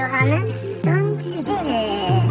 Johannes und Jill.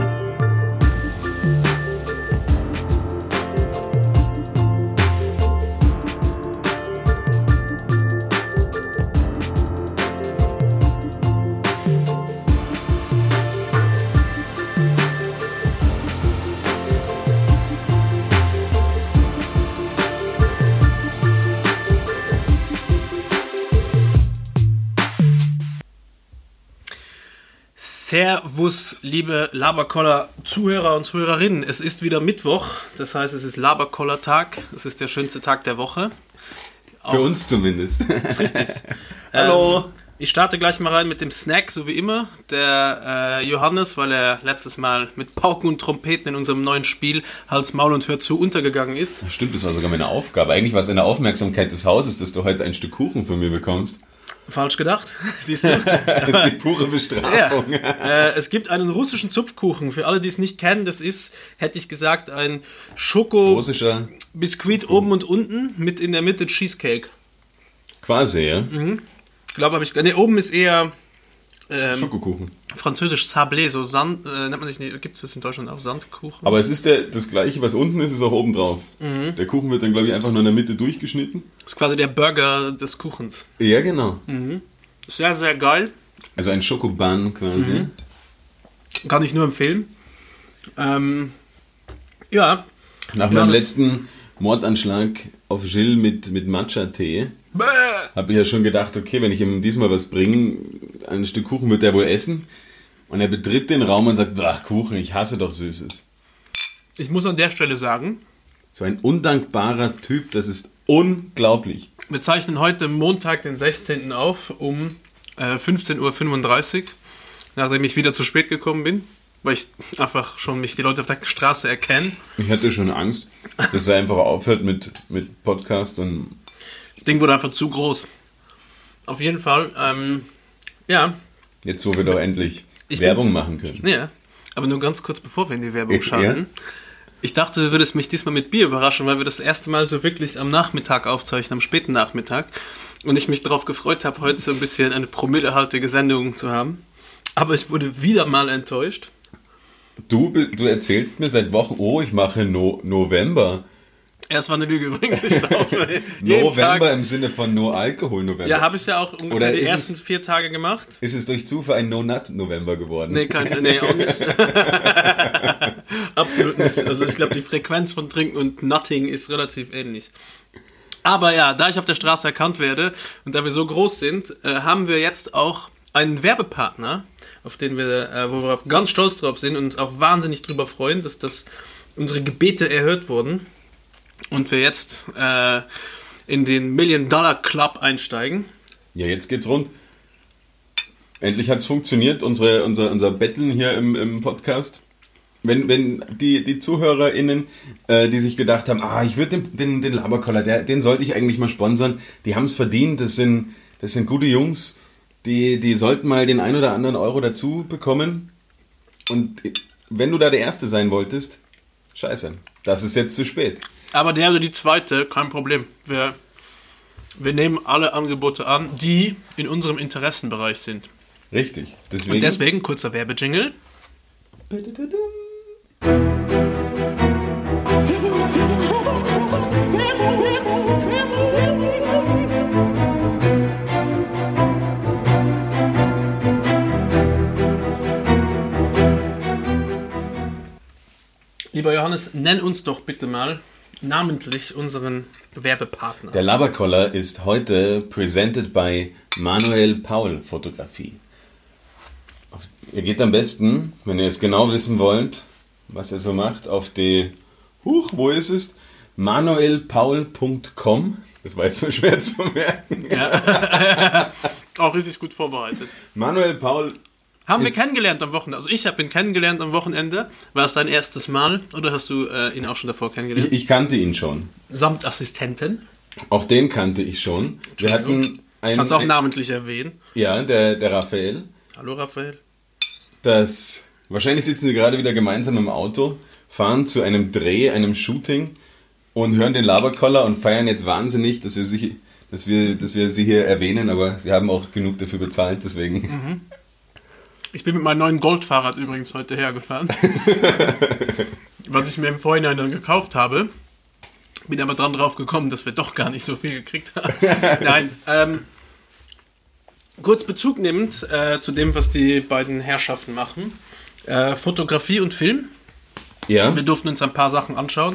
Servus, liebe Laberkoller-Zuhörer und Zuhörerinnen. Es ist wieder Mittwoch, das heißt, es ist Laberkoller-Tag. Es ist der schönste Tag der Woche. Für uns zumindest. Das ist richtig. Hallo. Ich starte gleich mal rein mit dem Snack, so wie immer. Der Johannes, weil er letztes Mal mit Pauken und Trompeten in unserem neuen Spiel Hals, Maul und Hör zu untergegangen ist. Stimmt, das war sogar meine Aufgabe. Eigentlich war es eine Aufmerksamkeit des Hauses, dass du heute ein Stück Kuchen von mir bekommst. Falsch gedacht, siehst du? Das ist die pure Bestrafung. Ja. Es gibt einen russischen Zupfkuchen. Für alle, die es nicht kennen, das ist, hätte ich gesagt, ein Russischer Schoko-Biskuit oben und unten mit in der Mitte Cheesecake. Quasi, ja. Ich glaube, oben ist eher Schokokuchen. französisch Sablé, so Sand, nennt man sich nicht, gibt es das in Deutschland auch, Sandkuchen? Aber es ist das Gleiche, was unten ist auch oben drauf. Der Kuchen wird dann, glaube ich, einfach nur in der Mitte durchgeschnitten. Das ist quasi der Burger des Kuchens. Ja, genau. Sehr, sehr geil. Also ein Schokobun quasi. Kann ich nur empfehlen. Ja. Nach meinem letzten Mordanschlag auf Jill mit Matcha-Tee habe ich ja schon gedacht, okay, wenn ich ihm diesmal was bringe, ein Stück Kuchen wird er wohl essen. Und er betritt den Raum und sagt, ach, Kuchen, ich hasse doch Süßes. Ich muss an der Stelle sagen, so ein undankbarer Typ, das ist unglaublich. wir zeichnen heute Montag, den 16. auf, um 15.35 Uhr, nachdem ich wieder zu spät gekommen bin, weil ich einfach schon mich die Leute auf der Straße erkennen. Ich hatte schon Angst, dass er einfach aufhört mit Podcast und... Das Ding wurde einfach zu groß. Auf jeden Fall, ja. Jetzt, wo wir doch endlich Werbung machen können. Ja, aber nur ganz kurz, bevor wir in die Werbung schalten. Ja? Ich dachte, du würdest mich diesmal mit Bier überraschen, weil wir das erste Mal so wirklich am Nachmittag aufzeichnen, am späten Nachmittag. Und ich mich darauf gefreut habe, heute so ein bisschen eine promillehaltige Sendung zu haben. Aber ich wurde wieder mal enttäuscht. Du erzählst mir seit Wochen, ich mache November. Es war eine Lüge übrigens. Ich saufe November im Sinne von No Alkohol November. Ja, habe ich ja auch ungefähr die ersten 4 Tage gemacht. Ist es durch Zufall ein No-Nut November geworden? Nee, auch nicht. Absolut nicht. Also ich glaube, die Frequenz von Trinken und Nutting ist relativ ähnlich. Aber ja, da ich auf der Straße erkannt werde und da wir so groß sind, haben wir jetzt auch einen Werbepartner, auf den wo wir ganz stolz drauf sind und auch wahnsinnig drüber freuen, dass unsere Gebete erhört wurden. Und wir jetzt in den Million-Dollar-Club einsteigen. Ja, jetzt geht's rund. Endlich hat's funktioniert, unser Betteln hier im Podcast. Wenn die ZuhörerInnen, die sich gedacht haben, ich würde den Laberkoller, den sollte ich eigentlich mal sponsern, die haben's verdient, das sind gute Jungs, die sollten mal den ein oder anderen Euro dazu bekommen. Und wenn du da der Erste sein wolltest, scheiße, das ist jetzt zu spät. Aber der oder die Zweite, kein Problem. Wir nehmen alle Angebote an, die in unserem Interessenbereich sind. Richtig. Und deswegen kurzer Werbejingle. Lieber Johannes, nenn uns doch bitte mal namentlich unseren Werbepartner. Der Laberkoller ist heute presented by Manuel Paul Fotografie. Ihr geht am besten, wenn ihr es genau wissen wollt, was er so macht, auf die, wo ist es? manuelpaul.com. Das war jetzt so schwer zu merken. Ja. Auch richtig gut vorbereitet. Manuel Paul haben wir kennengelernt am Wochenende. Also ich habe ihn kennengelernt am Wochenende. War es dein erstes Mal oder hast du ihn auch schon davor kennengelernt? Ich kannte ihn schon. Samt Assistenten? Auch den kannte ich schon. Wir hatten kannst auch namentlich erwähnen. Ja, der Raphael. Hallo Raphael. Wahrscheinlich sitzen sie gerade wieder gemeinsam im Auto, fahren zu einem Dreh, einem Shooting und hören den Laberkoller und feiern jetzt wahnsinnig, dass wir sie hier erwähnen, aber sie haben auch genug dafür bezahlt, deswegen... Ich bin mit meinem neuen Goldfahrrad übrigens heute hergefahren. Was ich mir im Vorhinein dann gekauft habe. Bin aber dran drauf gekommen, dass wir doch gar nicht so viel gekriegt haben. Nein, kurz Bezug nehmend zu dem, was die beiden Herrschaften machen. Fotografie und Film. Ja. Wir durften uns ein paar Sachen anschauen.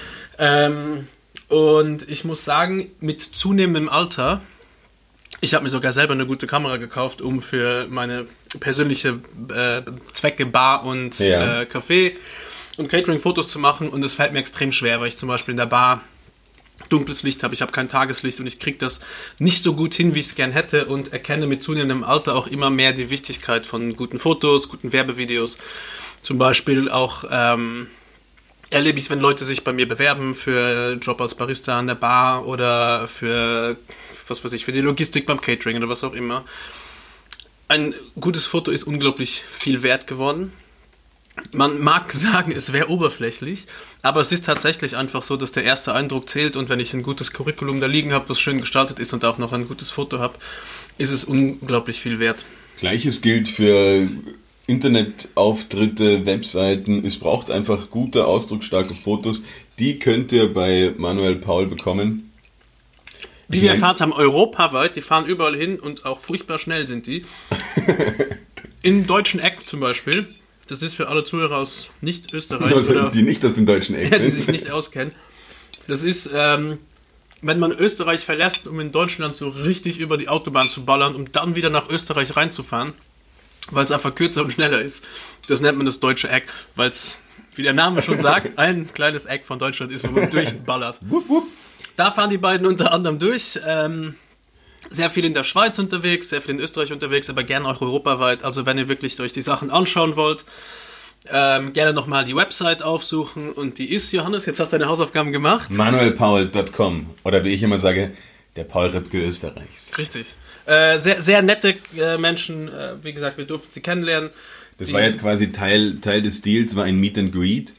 Und ich muss sagen, mit zunehmendem Alter, ich habe mir sogar selber eine gute Kamera gekauft, um für meine persönliche Zwecke Bar und Café und Catering Fotos zu machen. Und es fällt mir extrem schwer, weil ich zum Beispiel in der Bar dunkles Licht habe, ich habe kein Tageslicht und ich kriege das nicht so gut hin, wie ich es gern hätte und erkenne mit zunehmendem Alter auch immer mehr die Wichtigkeit von guten Fotos, guten Werbevideos. Zum Beispiel auch erlebe ich es, wenn Leute sich bei mir bewerben für Job als Barista an der Bar oder für, was weiß ich, für die Logistik beim Catering oder was auch immer. Ein gutes Foto ist unglaublich viel wert geworden. Man mag sagen, es wäre oberflächlich, aber es ist tatsächlich einfach so, dass der erste Eindruck zählt und wenn ich ein gutes Curriculum da liegen habe, was schön gestaltet ist und auch noch ein gutes Foto habe, ist es unglaublich viel wert. Gleiches gilt für Internetauftritte, Webseiten. Es braucht einfach gute, ausdrucksstarke Fotos. Die könnt ihr bei Manuel Paul bekommen. Wie wir erfahren haben, europaweit, die fahren überall hin und auch furchtbar schnell sind die. Im deutschen Eck zum Beispiel. Das ist für alle Zuhörer aus Nicht-Österreich. Also, die nicht aus dem deutschen Eck sind. Die sich nicht auskennen. Das ist, wenn man Österreich verlässt, um in Deutschland so richtig über die Autobahn zu ballern, um dann wieder nach Österreich reinzufahren, weil es einfach kürzer und schneller ist. Das nennt man das deutsche Eck, weil es, wie der Name schon sagt, ein kleines Eck von Deutschland ist, wo man durchballert. Wupp, wupp. Da fahren die beiden unter anderem durch. Sehr viel in der Schweiz unterwegs, sehr viel in Österreich unterwegs, aber gerne auch europaweit. Also wenn ihr wirklich euch die Sachen anschauen wollt, gerne nochmal die Website aufsuchen. Und die ist, Johannes, jetzt hast du deine Hausaufgaben gemacht. manuelpaul.com oder wie ich immer sage, der Paul Ripke Österreichs. Richtig. Sehr, sehr nette Menschen. Wie gesagt, wir durften sie kennenlernen. Das war ja quasi Teil des Deals, war ein Meet and Greet,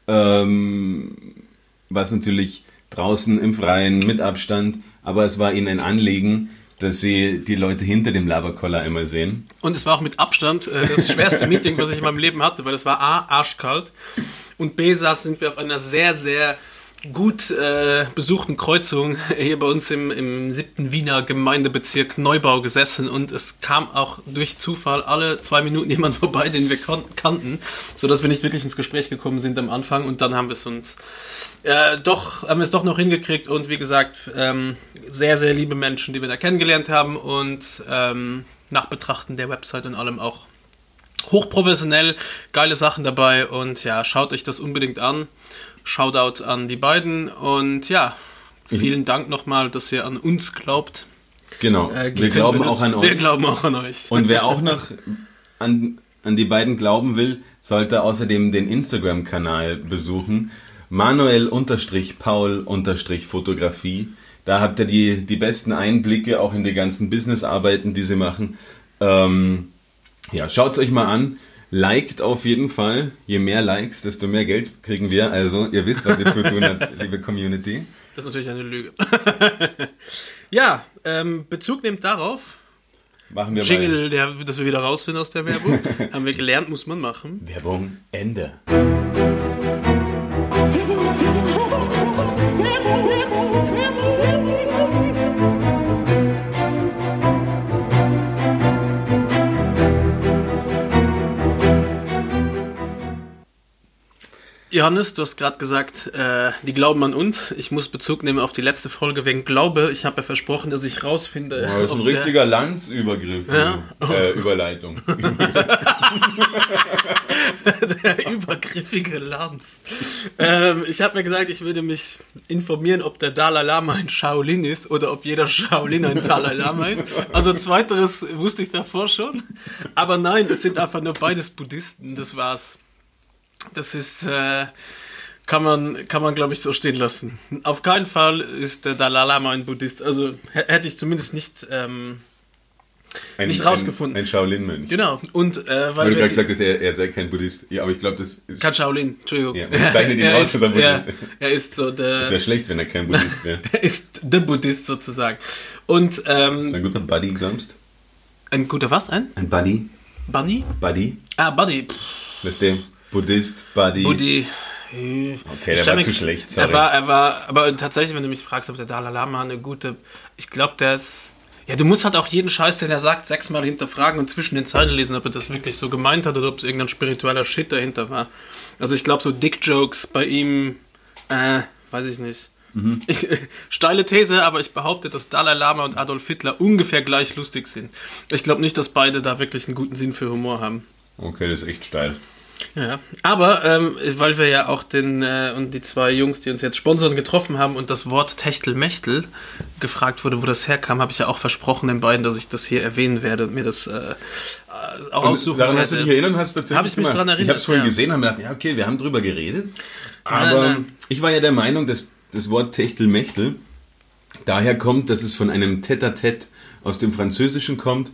was natürlich draußen im Freien mit Abstand, aber es war ihnen ein Anliegen, dass sie die Leute hinter dem Laberkoller einmal sehen. Und es war auch mit Abstand das schwerste Meeting, was ich in meinem Leben hatte, weil es war A, arschkalt und B, sind wir auf einer sehr, sehr gut besuchten Kreuzung hier bei uns im 7. Wiener Gemeindebezirk Neubau gesessen und es kam auch durch Zufall alle 2 Minuten jemand vorbei, den wir kannten, sodass wir nicht wirklich ins Gespräch gekommen sind am Anfang und dann haben wir es uns doch noch hingekriegt und wie gesagt, sehr, sehr liebe Menschen, die wir da kennengelernt haben und nach Betrachten der Website und allem auch hochprofessionell, geile Sachen dabei und ja, schaut euch das unbedingt an. Shoutout an die beiden und ja, vielen Dank nochmal, dass ihr an uns glaubt. Genau, wir glauben auch an euch. Wir glauben auch an euch. Und wer auch noch an die beiden glauben will, sollte außerdem den Instagram-Kanal besuchen. Manuel_Paul_Fotografie. Da habt ihr die besten Einblicke auch in die ganzen Business-Arbeiten, die sie machen. Ja, schaut es euch mal an. Liked auf jeden Fall. Je mehr Likes, desto mehr Geld kriegen wir. Also, ihr wisst, was ihr zu tun habt, liebe Community. Das ist natürlich eine Lüge. Ja, Bezug nehmt darauf. Machen wir Jingle, dass wir wieder raus sind aus der Werbung. Haben wir gelernt, muss man machen. Werbung, Ende. Johannes, du hast gerade gesagt, die glauben an uns. Ich muss Bezug nehmen auf die letzte Folge wegen Glaube. Ich habe ja versprochen, dass ich rausfinde. Das ist ein richtiger Landsübergriff. Ja? Überleitung. Der übergriffige Lanz. Ich habe mir gesagt, ich würde mich informieren, ob der Dalai Lama ein Shaolin ist oder ob jeder Shaolin ein Dalai Lama ist. Also zweiteres wusste ich davor schon. Aber nein, es sind einfach nur beides Buddhisten. Das war's. Das ist, kann man glaube ich so stehen lassen. Auf keinen Fall ist der Dalai Lama ein Buddhist. Also hätte ich zumindest nicht rausgefunden. Ein Shaolin-Mönch. Genau. Und weil du gerade gesagt hast, er sei kein Buddhist. Ja, aber ich glaube, das ist... Kein Shaolin, Entschuldigung. Ja, man zeichnet ihn raus als ein Buddhist. Er ist so der... Das wäre schlecht, wenn er kein Buddhist wäre. Er ist der Buddhist sozusagen. Und, ist ein guter Buddy, glaubst du? Ein guter was? Ein Buddy. Bunny? Buddy. Ah, Buddy. Das ist der Buddhist, Buddy. Buddy. Okay, der war zu schlecht, sorry. Er war, aber tatsächlich, wenn du mich fragst, ob der Dalai Lama eine gute, ich glaube, der ist, ja, du musst halt auch jeden Scheiß, den er sagt, 6-mal hinterfragen und zwischen den Zeilen lesen, ob er das wirklich so gemeint hat oder ob es irgendein spiritueller Shit dahinter war. Also ich glaube, so Dick-Jokes bei ihm, weiß ich nicht. Steile These, aber ich behaupte, dass Dalai Lama und Adolf Hitler ungefähr gleich lustig sind. Ich glaube nicht, dass beide da wirklich einen guten Sinn für Humor haben. Okay, das ist echt steil. Ja, aber weil wir ja auch und die zwei Jungs, die uns jetzt sponsern, getroffen haben und das Wort Techtelmechtel gefragt wurde, wo das herkam, habe ich ja auch versprochen den beiden, dass ich das hier erwähnen werde und mir das auch aussuchen daran werde. Hast du dich erinnert? Hast du tatsächlich Habe ich mich daran erinnert? Ich habe es vorhin gesehen und habe mir gedacht, ja okay, wir haben drüber geredet. Aber Nein. ich war ja der Meinung, dass das Wort Techtelmechtel daher kommt, dass es von einem Tête-à-Tête aus dem Französischen kommt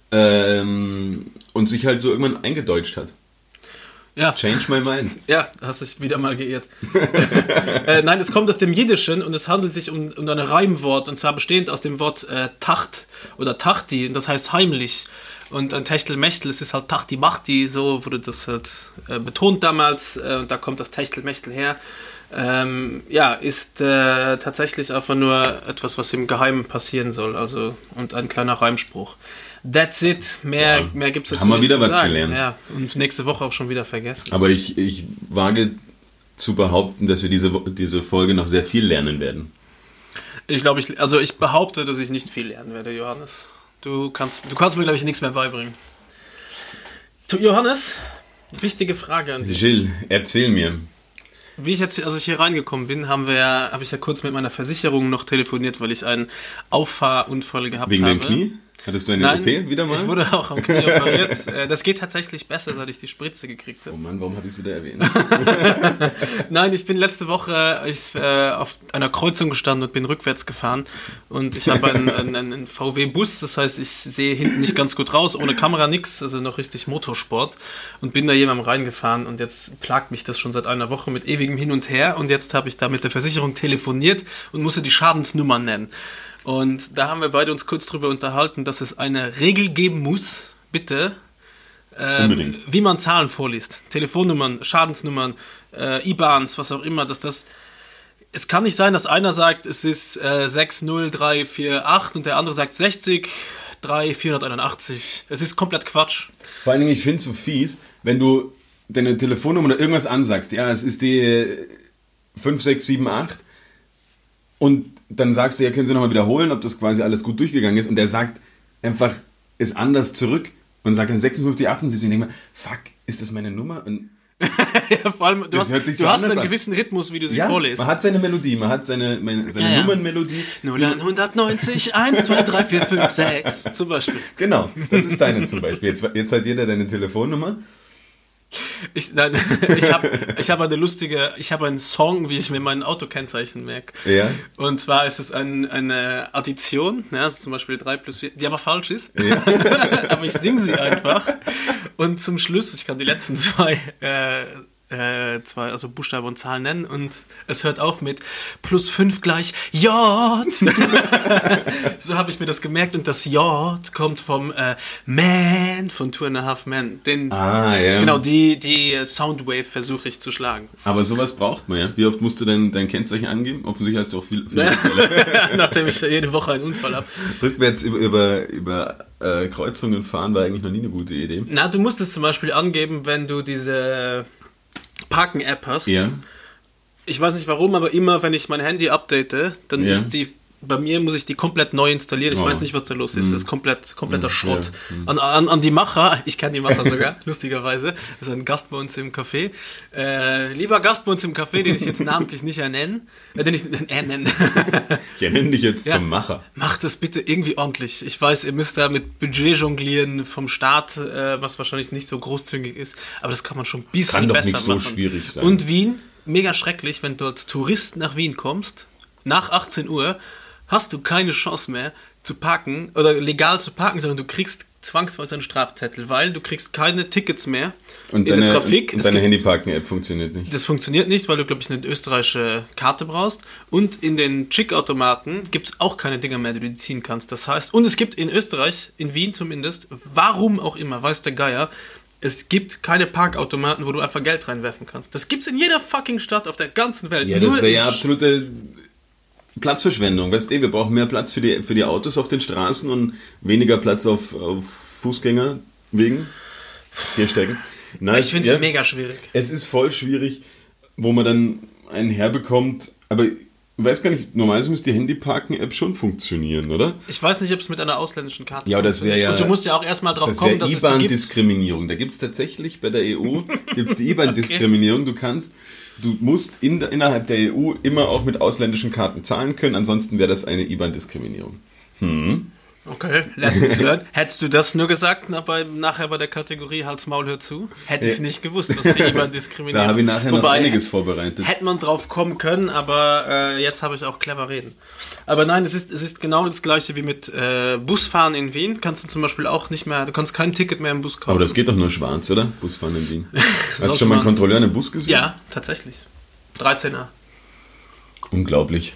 und sich halt so irgendwann eingedeutscht hat. Ja. Change my mind. Ja, hast dich wieder mal geirrt. Nein, es kommt aus dem Jiddischen und es handelt sich um ein Reimwort und zwar bestehend aus dem Wort Tacht oder Tachti und das heißt heimlich. Und ein Techtelmechtel, es ist halt Tachti-Machti, so wurde das halt betont damals und da kommt das Techtelmechtel her. Ist tatsächlich einfach nur etwas, was im Geheimen passieren soll, also und ein kleiner Reimspruch. That's it. Mehr gibt es dazu haben wir nicht wieder zu was sagen. gelernt. Ja, und nächste Woche auch schon wieder vergessen. Aber ich wage zu behaupten, dass wir diese Folge noch sehr viel lernen werden. Ich behaupte, dass ich nicht viel lernen werde, Johannes. Du kannst mir, glaube ich, nichts mehr beibringen. Johannes, wichtige Frage an dich. Gilles, erzähl mir. Wie ich jetzt, als ich hier reingekommen bin, habe ich ja kurz mit meiner Versicherung noch telefoniert, weil ich einen Auffahrunfall gehabt habe. Wegen dem Knie? Hattest du eine Nein, OP wieder mal? Ich wurde auch am Knie operiert. Das geht tatsächlich besser, seit ich die Spritze gekriegt habe. Oh Mann, warum habe ich es wieder erwähnt? Nein, ich bin letzte Woche auf einer Kreuzung gestanden und bin rückwärts gefahren. Und ich habe einen VW-Bus, das heißt, ich sehe hinten nicht ganz gut raus, ohne Kamera nix, also noch richtig Motorsport. Und bin da jemandem reingefahren und jetzt plagt mich das schon seit einer Woche mit ewigem Hin und Her. Und jetzt habe ich da mit der Versicherung telefoniert und musste die Schadensnummer nennen. Und da haben wir beide uns kurz drüber unterhalten, dass es eine Regel geben muss, bitte, wie man Zahlen vorliest. Telefonnummern, Schadensnummern, IBANs, was auch immer, es kann nicht sein, dass einer sagt, es ist 60348 und der andere sagt 603481. Es ist komplett Quatsch. Vor allen Dingen, ich finde es so fies, wenn du deine Telefonnummer oder irgendwas ansagst, ja, es ist die 5678 und dann sagst du, ja, können Sie nochmal wiederholen, ob das quasi alles gut durchgegangen ist und der sagt einfach, ist anders zurück und sagt dann 56, 78 und ich denke mir, fuck, ist das meine Nummer? Und ja, vor allem, du hast einen gewissen Rhythmus, wie du sie vorliest. Man hat seine Melodie, man hat seine Nummernmelodie. 090 1, 2, 3, 4, 5, 6 zum Beispiel. Genau, das ist deine zum Beispiel. Jetzt hat jeder deine Telefonnummer. Ich habe einen Song, wie ich mir mein Autokennzeichen merke. Ja. Und zwar ist es eine Addition, ja, also zum Beispiel 3 plus 4, die aber falsch ist. Ja. Aber ich singe sie einfach. Und zum Schluss, ich kann die letzten zwei also Buchstaben und Zahlen nennen und es hört auf mit +5 gleich J. So habe ich mir das gemerkt und das J kommt vom Man von 2.5 Men. Ja. Genau, die Soundwave versuche ich zu schlagen. Aber sowas braucht man, ja. Wie oft musst du dein Kennzeichen angeben? Offensichtlich hast du auch viel Nachdem ich jede Woche einen Unfall habe. Rückwärts über Kreuzungen fahren war eigentlich noch nie eine gute Idee. Na, du musst es zum Beispiel angeben, wenn du diese Parken-App hast. Ja. Ich weiß nicht warum, aber immer, wenn ich mein Handy update, dann ist bei mir muss ich die komplett neu installieren. Ich weiß nicht, was da los ist. Das ist kompletter Schrott. Ja. An die Macher, ich kenne die Macher sogar, lustigerweise. Das ist ein Gast bei uns im Café. Lieber Gast bei uns im Café, den ich jetzt namentlich nicht nenne. Ich nenne dich jetzt zum Macher. Macht das bitte irgendwie ordentlich. Ich weiß, ihr müsst da mit Budget jonglieren vom Staat, was wahrscheinlich nicht so großzügig ist. Aber das kann man schon ein bisschen besser machen. Kann doch nicht so schwierig sein. Und Wien, mega schrecklich, wenn du als Tourist nach Wien kommst, nach 18 Uhr, hast du keine Chance mehr, zu parken oder legal zu parken, sondern du kriegst zwangsweise einen Strafzettel, weil du kriegst keine Tickets mehr Und in deine, der Trafik. und deine Handyparken-App funktioniert nicht. Das funktioniert nicht, weil du, glaube ich, eine österreichische Karte brauchst. Und in den Chick-Automaten gibt es auch keine Dinger mehr, die du ziehen kannst. Das heißt, und es gibt in Österreich, in Wien zumindest, warum auch immer, weiß der Geier, es gibt keine Parkautomaten, wo du einfach Geld reinwerfen kannst. Das gibt's in jeder fucking Stadt auf der ganzen Welt. Ja, Nur das wäre in ja absolute Platzverschwendung. Weißt du, wir brauchen mehr Platz für die Autos auf den Straßen und weniger Platz auf Fußgängerwegen. Gehstecken. Nein, Ich finde es mega schwierig. Es ist voll schwierig, wo man dann einen herbekommt. Aber ich weiß gar nicht, normalerweise müsste die Handyparken-App schon funktionieren, oder? Ich weiß nicht, ob es mit einer ausländischen Karte Ja, das wäre ja... Und du musst ja auch erstmal drauf Das kommen, wäre dass es die gibt. IBAN-Diskriminierung. Da gibt es tatsächlich bei der EU gibt's die IBAN-Diskriminierung. Du musst innerhalb der EU immer auch mit ausländischen Karten zahlen können, ansonsten wäre das eine IBAN-Diskriminierung. Okay, Lessons learned. Hättest du das nur gesagt nachher bei der Kategorie Hals, Maul, hör zu? Hätte ich nicht gewusst, was die IBAN-Diskriminierung ist. Da habe ich nachher noch einiges vorbereitet. Hätte man drauf kommen können, aber jetzt habe ich auch clever reden. Aber nein, es ist genau das gleiche wie mit Busfahren in Wien. Kannst du zum Beispiel auch nicht mehr, du kannst kein Ticket mehr im Bus kaufen. Aber das geht doch nur schwarz, oder? Busfahren in Wien. Hast du Sollte schon mal einen man- Kontrolleur in einem Bus gesehen? Ja, tatsächlich. 13er. Unglaublich.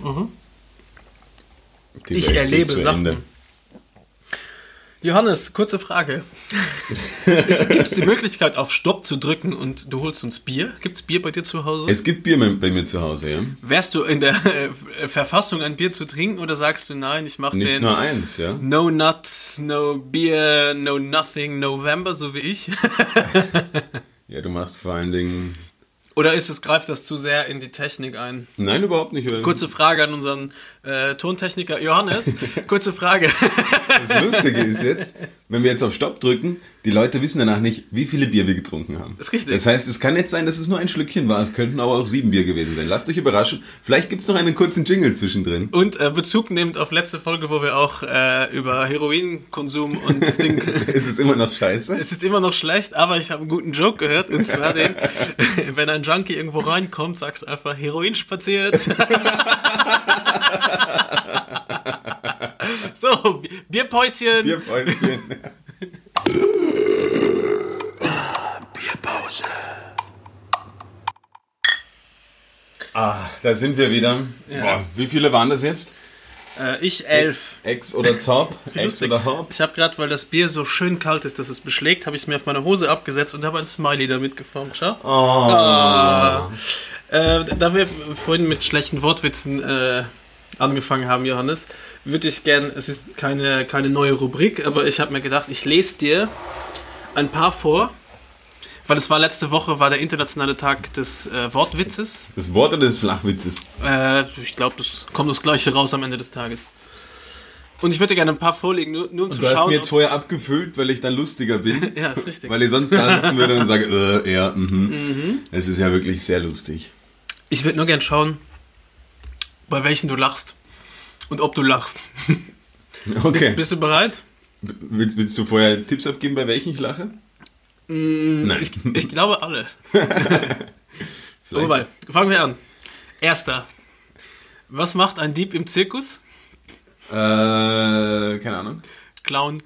Die Ich Welt geht erlebe zu Sachen. Ende. Johannes, kurze Frage. Gibt es die Möglichkeit, auf Stopp zu drücken und du holst uns Bier? Gibt es Bier bei dir zu Hause? Es gibt Bier bei mir zu Hause, ja. Wärst du in der Verfassung, ein Bier zu trinken oder sagst du, nein, ich mache Nicht den nur eins, ja. No Nuts, No Beer, No Nothing, November, so wie ich? Ja, du machst vor allen Dingen... Oder greift das zu sehr in die Technik ein? Nein, überhaupt nicht. weil Kurze Frage an unseren Tontechniker Johannes. Kurze Frage. Das Lustige ist jetzt, wenn wir jetzt auf Stopp drücken, die Leute wissen danach nicht, wie viele Bier wir getrunken haben. Ist richtig. Das heißt, es kann nicht sein, dass es nur ein Schlückchen war. Es könnten aber auch 7 Bier gewesen sein. Lasst euch überraschen. Vielleicht gibt es noch einen kurzen Jingle zwischendrin. Und Bezug nehmend auf letzte Folge, wo wir auch über Heroinkonsum und das Ding... Es ist immer noch scheiße. Es ist immer noch schlecht, aber ich habe einen guten Joke gehört, und zwar den, wenn ein Junkie irgendwo reinkommt, sagst du einfach, Heroin spaziert. So, Bierpäuschen. Bierpäuschen. Bierpause. Da sind wir wieder. Ja. Boah, wie viele waren das jetzt? Ich 11. Ex oder Top? Ex Lustig. oder Hop? Ich habe gerade, weil das Bier so schön kalt ist, dass es beschlägt, habe ich es mir auf meine Hose abgesetzt und habe ein Smiley damit geformt. Schau. Da wir vorhin mit schlechten Wortwitzen angefangen haben, Johannes, würde ich gern, es ist keine neue Rubrik, aber ich habe mir gedacht, ich lese dir ein paar vor, weil es war letzte Woche, war der internationale Tag des Wortwitzes. Das Wort oder des Flachwitzes? Ich glaube, das kommt das Gleiche raus am Ende des Tages. Und ich würde gerne ein paar vorlegen, nur um zu Du hast schauen. mir jetzt vorher abgefüllt, weil ich dann lustiger bin. Ja, ist richtig. Weil ich sonst da sitzen würde und sage, ja, Es ist ja wirklich sehr lustig. Ich würde nur gern schauen, bei welchen du lachst. Und ob du lachst. Okay. Bist du bereit? Willst du vorher Tipps abgeben, bei welchen ich lache? Nein. Ich glaube alle. Vielleicht. Wobei, fangen wir an. Erster. Was macht ein Dieb im Zirkus? Keine Ahnung. Clown.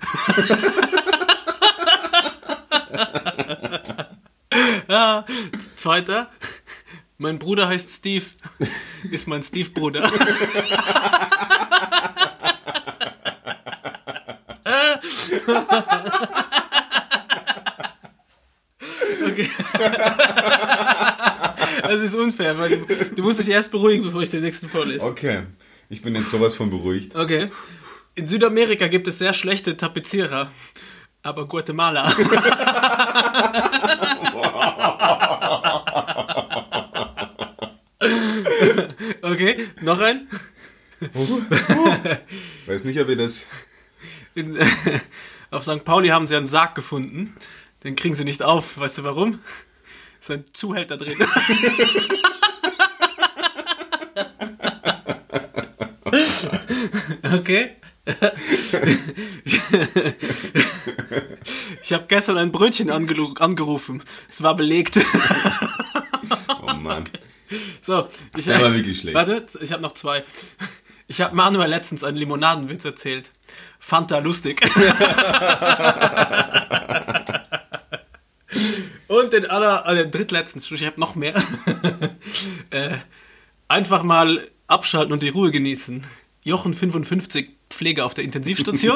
Ja, zweiter. Mein Bruder heißt Steve. Ist mein Steve-Bruder. Okay. Das ist unfair, weil du musst dich erst beruhigen, bevor ich den nächsten vorlese. Okay. Ich bin jetzt sowas von beruhigt. Okay. In Südamerika gibt es sehr schlechte Tapezierer, aber Guatemala. Okay, noch ein. Weiß nicht, ob ihr das... Auf St. Pauli haben sie einen Sarg gefunden. Den kriegen sie nicht auf. Weißt du warum? Ist ein Zuhälter drin. Okay. Ich habe gestern ein Brötchen angerufen. Es war belegt. Oh Mann. So, Der war wirklich schlecht. Warte, ich habe noch 2. Ich habe Manuel letztens einen Limonadenwitz erzählt. Fanta lustig. Und den drittletzten, ich habe noch mehr. Einfach mal abschalten und die Ruhe genießen. Jochen 55, Pflege auf der Intensivstation.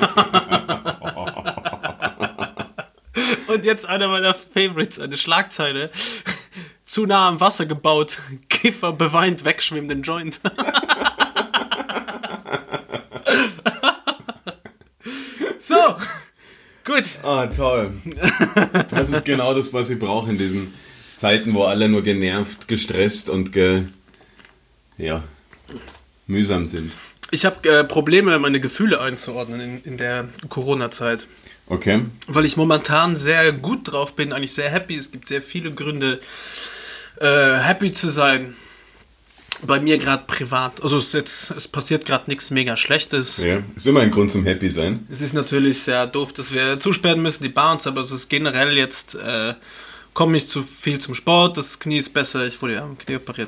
Und jetzt einer meiner Favorites, eine Schlagzeile. Zu nah am Wasser gebaut, Kiffer beweint wegschwimmenden Joint. So, gut. Ah, toll. Das ist genau das, was ich brauche in diesen Zeiten, wo alle nur genervt, gestresst und mühsam sind. Ich habe Probleme, meine Gefühle einzuordnen in der Corona-Zeit. Okay. Weil ich momentan sehr gut drauf bin, eigentlich sehr happy. Es gibt sehr viele Gründe, happy zu sein. Bei mir gerade privat. Also es passiert gerade nichts mega Schlechtes. Ja, ist immer ein Grund zum Happy sein. Es ist natürlich sehr doof, dass wir zusperren müssen, die Bounce, aber es ist generell jetzt, komme ich zu viel zum Sport, das Knie ist besser, ich wurde ja am Knie operiert.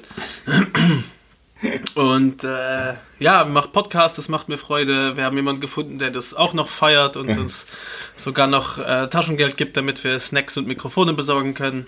Und mache Podcast, das macht mir Freude. Wir haben jemanden gefunden, der das auch noch feiert und uns sogar noch Taschengeld gibt, damit wir Snacks und Mikrofone besorgen können.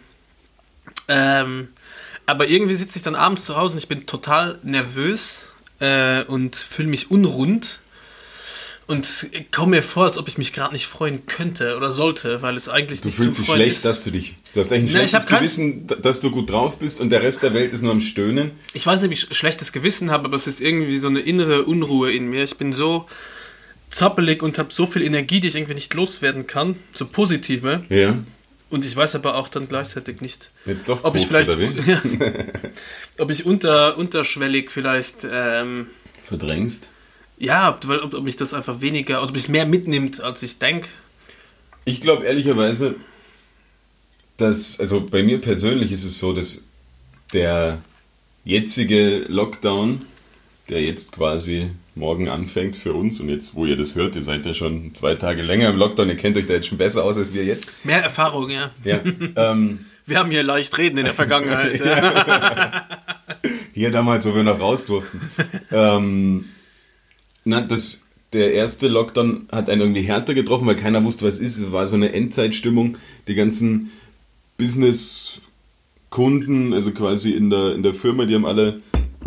Aber irgendwie sitze ich dann abends zu Hause und ich bin total nervös und fühle mich unrund und komme mir vor, als ob ich mich gerade nicht freuen könnte oder sollte, weil es eigentlich nicht zum Freuen ist. Du fühlst dich schlecht, du hast eigentlich ein schlechtes Gewissen, dass du gut drauf bist und der Rest der Welt ist nur am Stöhnen. Ich weiß nicht, ob ich schlechtes Gewissen habe, aber es ist irgendwie so eine innere Unruhe in mir. Ich bin so zappelig und habe so viel Energie, die ich irgendwie nicht loswerden kann, so positive. Ja. Und ich weiß aber auch dann gleichzeitig nicht, jetzt doch ob ich vielleicht, ob ich unterschwellig vielleicht verdrängst. Ja, ob mich das einfach weniger, ob es mehr mitnimmt, als ich denke. Ich glaube ehrlicherweise, also bei mir persönlich ist es so, dass der jetzige Lockdown, der jetzt quasi morgen anfängt für uns und jetzt, wo ihr das hört, ihr seid ja schon 2 Tage länger im Lockdown, ihr kennt euch da jetzt schon besser aus als wir jetzt. Mehr Erfahrung, ja. Wir haben hier leicht reden in der Vergangenheit. Hier damals, wo wir noch raus durften. Der erste Lockdown hat einen irgendwie härter getroffen, weil keiner wusste, was es ist. Es war so eine Endzeitstimmung. Die ganzen Business-Kunden, also quasi in der Firma, die haben alle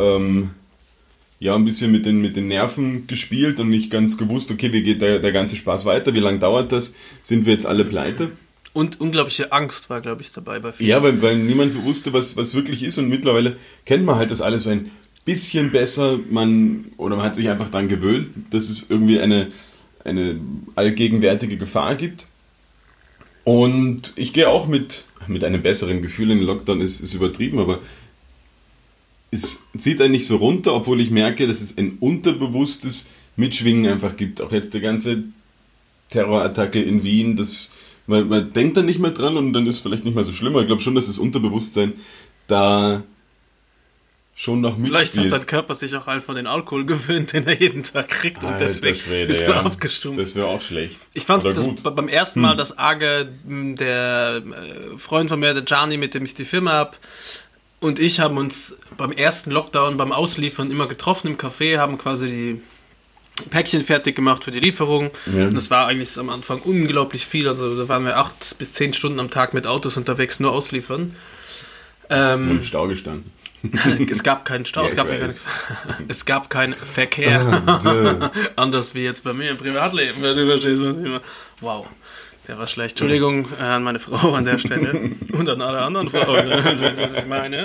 ein bisschen mit den Nerven gespielt und nicht ganz gewusst, okay, wie geht der ganze Spaß weiter, wie lange dauert das, sind wir jetzt alle pleite? Und unglaubliche Angst war, glaube ich, dabei bei vielen. Ja, weil niemand wusste, was wirklich ist und mittlerweile kennt man halt das alles so ein bisschen besser, man hat sich einfach daran gewöhnt, dass es irgendwie eine allgegenwärtige Gefahr gibt. Und ich gehe auch mit einem besseren Gefühl in den Lockdown, ist übertrieben, aber es zieht einen nicht so runter, obwohl ich merke, dass es ein unterbewusstes Mitschwingen einfach gibt. Auch jetzt die ganze Terrorattacke in Wien, man denkt dann nicht mehr dran und dann ist es vielleicht nicht mehr so schlimm. Ich glaube schon, dass das Unterbewusstsein da schon noch mitspielt. Vielleicht hat dein Körper sich auch einfach an den Alkohol gewöhnt, den er jeden Tag kriegt und deswegen ist er abgestumpft. Das wäre auch schlecht. Ich fand das beim ersten Mal, das Arge, der Freund von mir, der Gianni, mit dem ich die Firma habe, und ich haben uns beim ersten Lockdown, beim Ausliefern immer getroffen im Café, haben quasi die Päckchen fertig gemacht für die Lieferung. Ja. Und das war eigentlich am Anfang unglaublich viel. Also da waren wir 8 bis 10 Stunden am Tag mit Autos unterwegs, nur ausliefern. Im Stau gestanden. Es gab keinen Stau, es gab keinen Verkehr. Anders wie jetzt bei mir im Privatleben. Du verstehst, was ich meine. Wow. Der war schlecht. Entschuldigung an meine Frau an der Stelle und an alle anderen Frauen, was ich meine.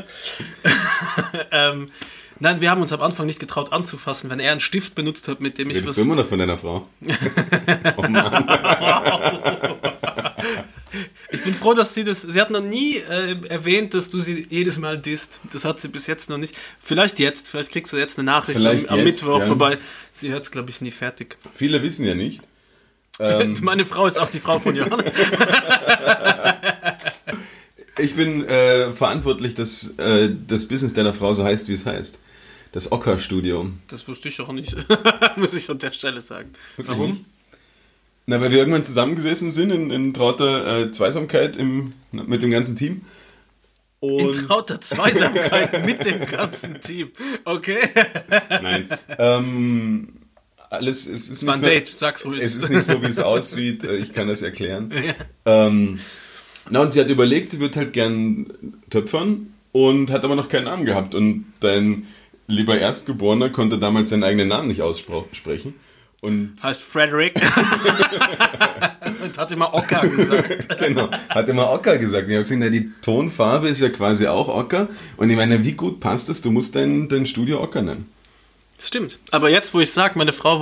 Nein, wir haben uns am Anfang nicht getraut anzufassen, wenn er einen Stift benutzt hat, mit dem ich Redest du immer noch von deiner Frau? Oh Mann. Ich bin froh, dass sie hat noch nie erwähnt, dass du sie jedes Mal disst. Das hat sie bis jetzt noch nicht. Vielleicht kriegst du jetzt eine Nachricht am Mittwoch, ja. Wobei sie hört es, glaube ich, nie fertig. Viele wissen ja nicht. Meine Frau ist auch die Frau von Johannes. Ich bin verantwortlich, dass das Business deiner Frau so heißt, wie es heißt. Das Ocker-Studio. Das wusste ich auch nicht, muss ich an der Stelle sagen. Wirklich warum? Nicht? Na, weil wir irgendwann zusammengesessen sind in trauter Zweisamkeit mit dem ganzen Team. Und in trauter Zweisamkeit mit dem ganzen Team. Okay. Nein. alles, es ist War ein nicht Date, sag's ruhig. Es ist nicht so, wie es aussieht. Ich kann das erklären. Ja. Und sie hat überlegt, sie wird halt gern töpfern und hat aber noch keinen Namen gehabt. Und dein lieber Erstgeborener konnte damals seinen eigenen Namen nicht aussprechen. Und Heißt Frederick. Und hat immer Ocker gesagt. genau, hat immer Ocker gesagt. Ich habe gesagt, na, die Tonfarbe ist ja quasi auch Ocker. Und ich meine, wie gut passt das? Du musst dein Studio Ocker nennen. Das stimmt. Aber jetzt, wo ich sage, meine Frau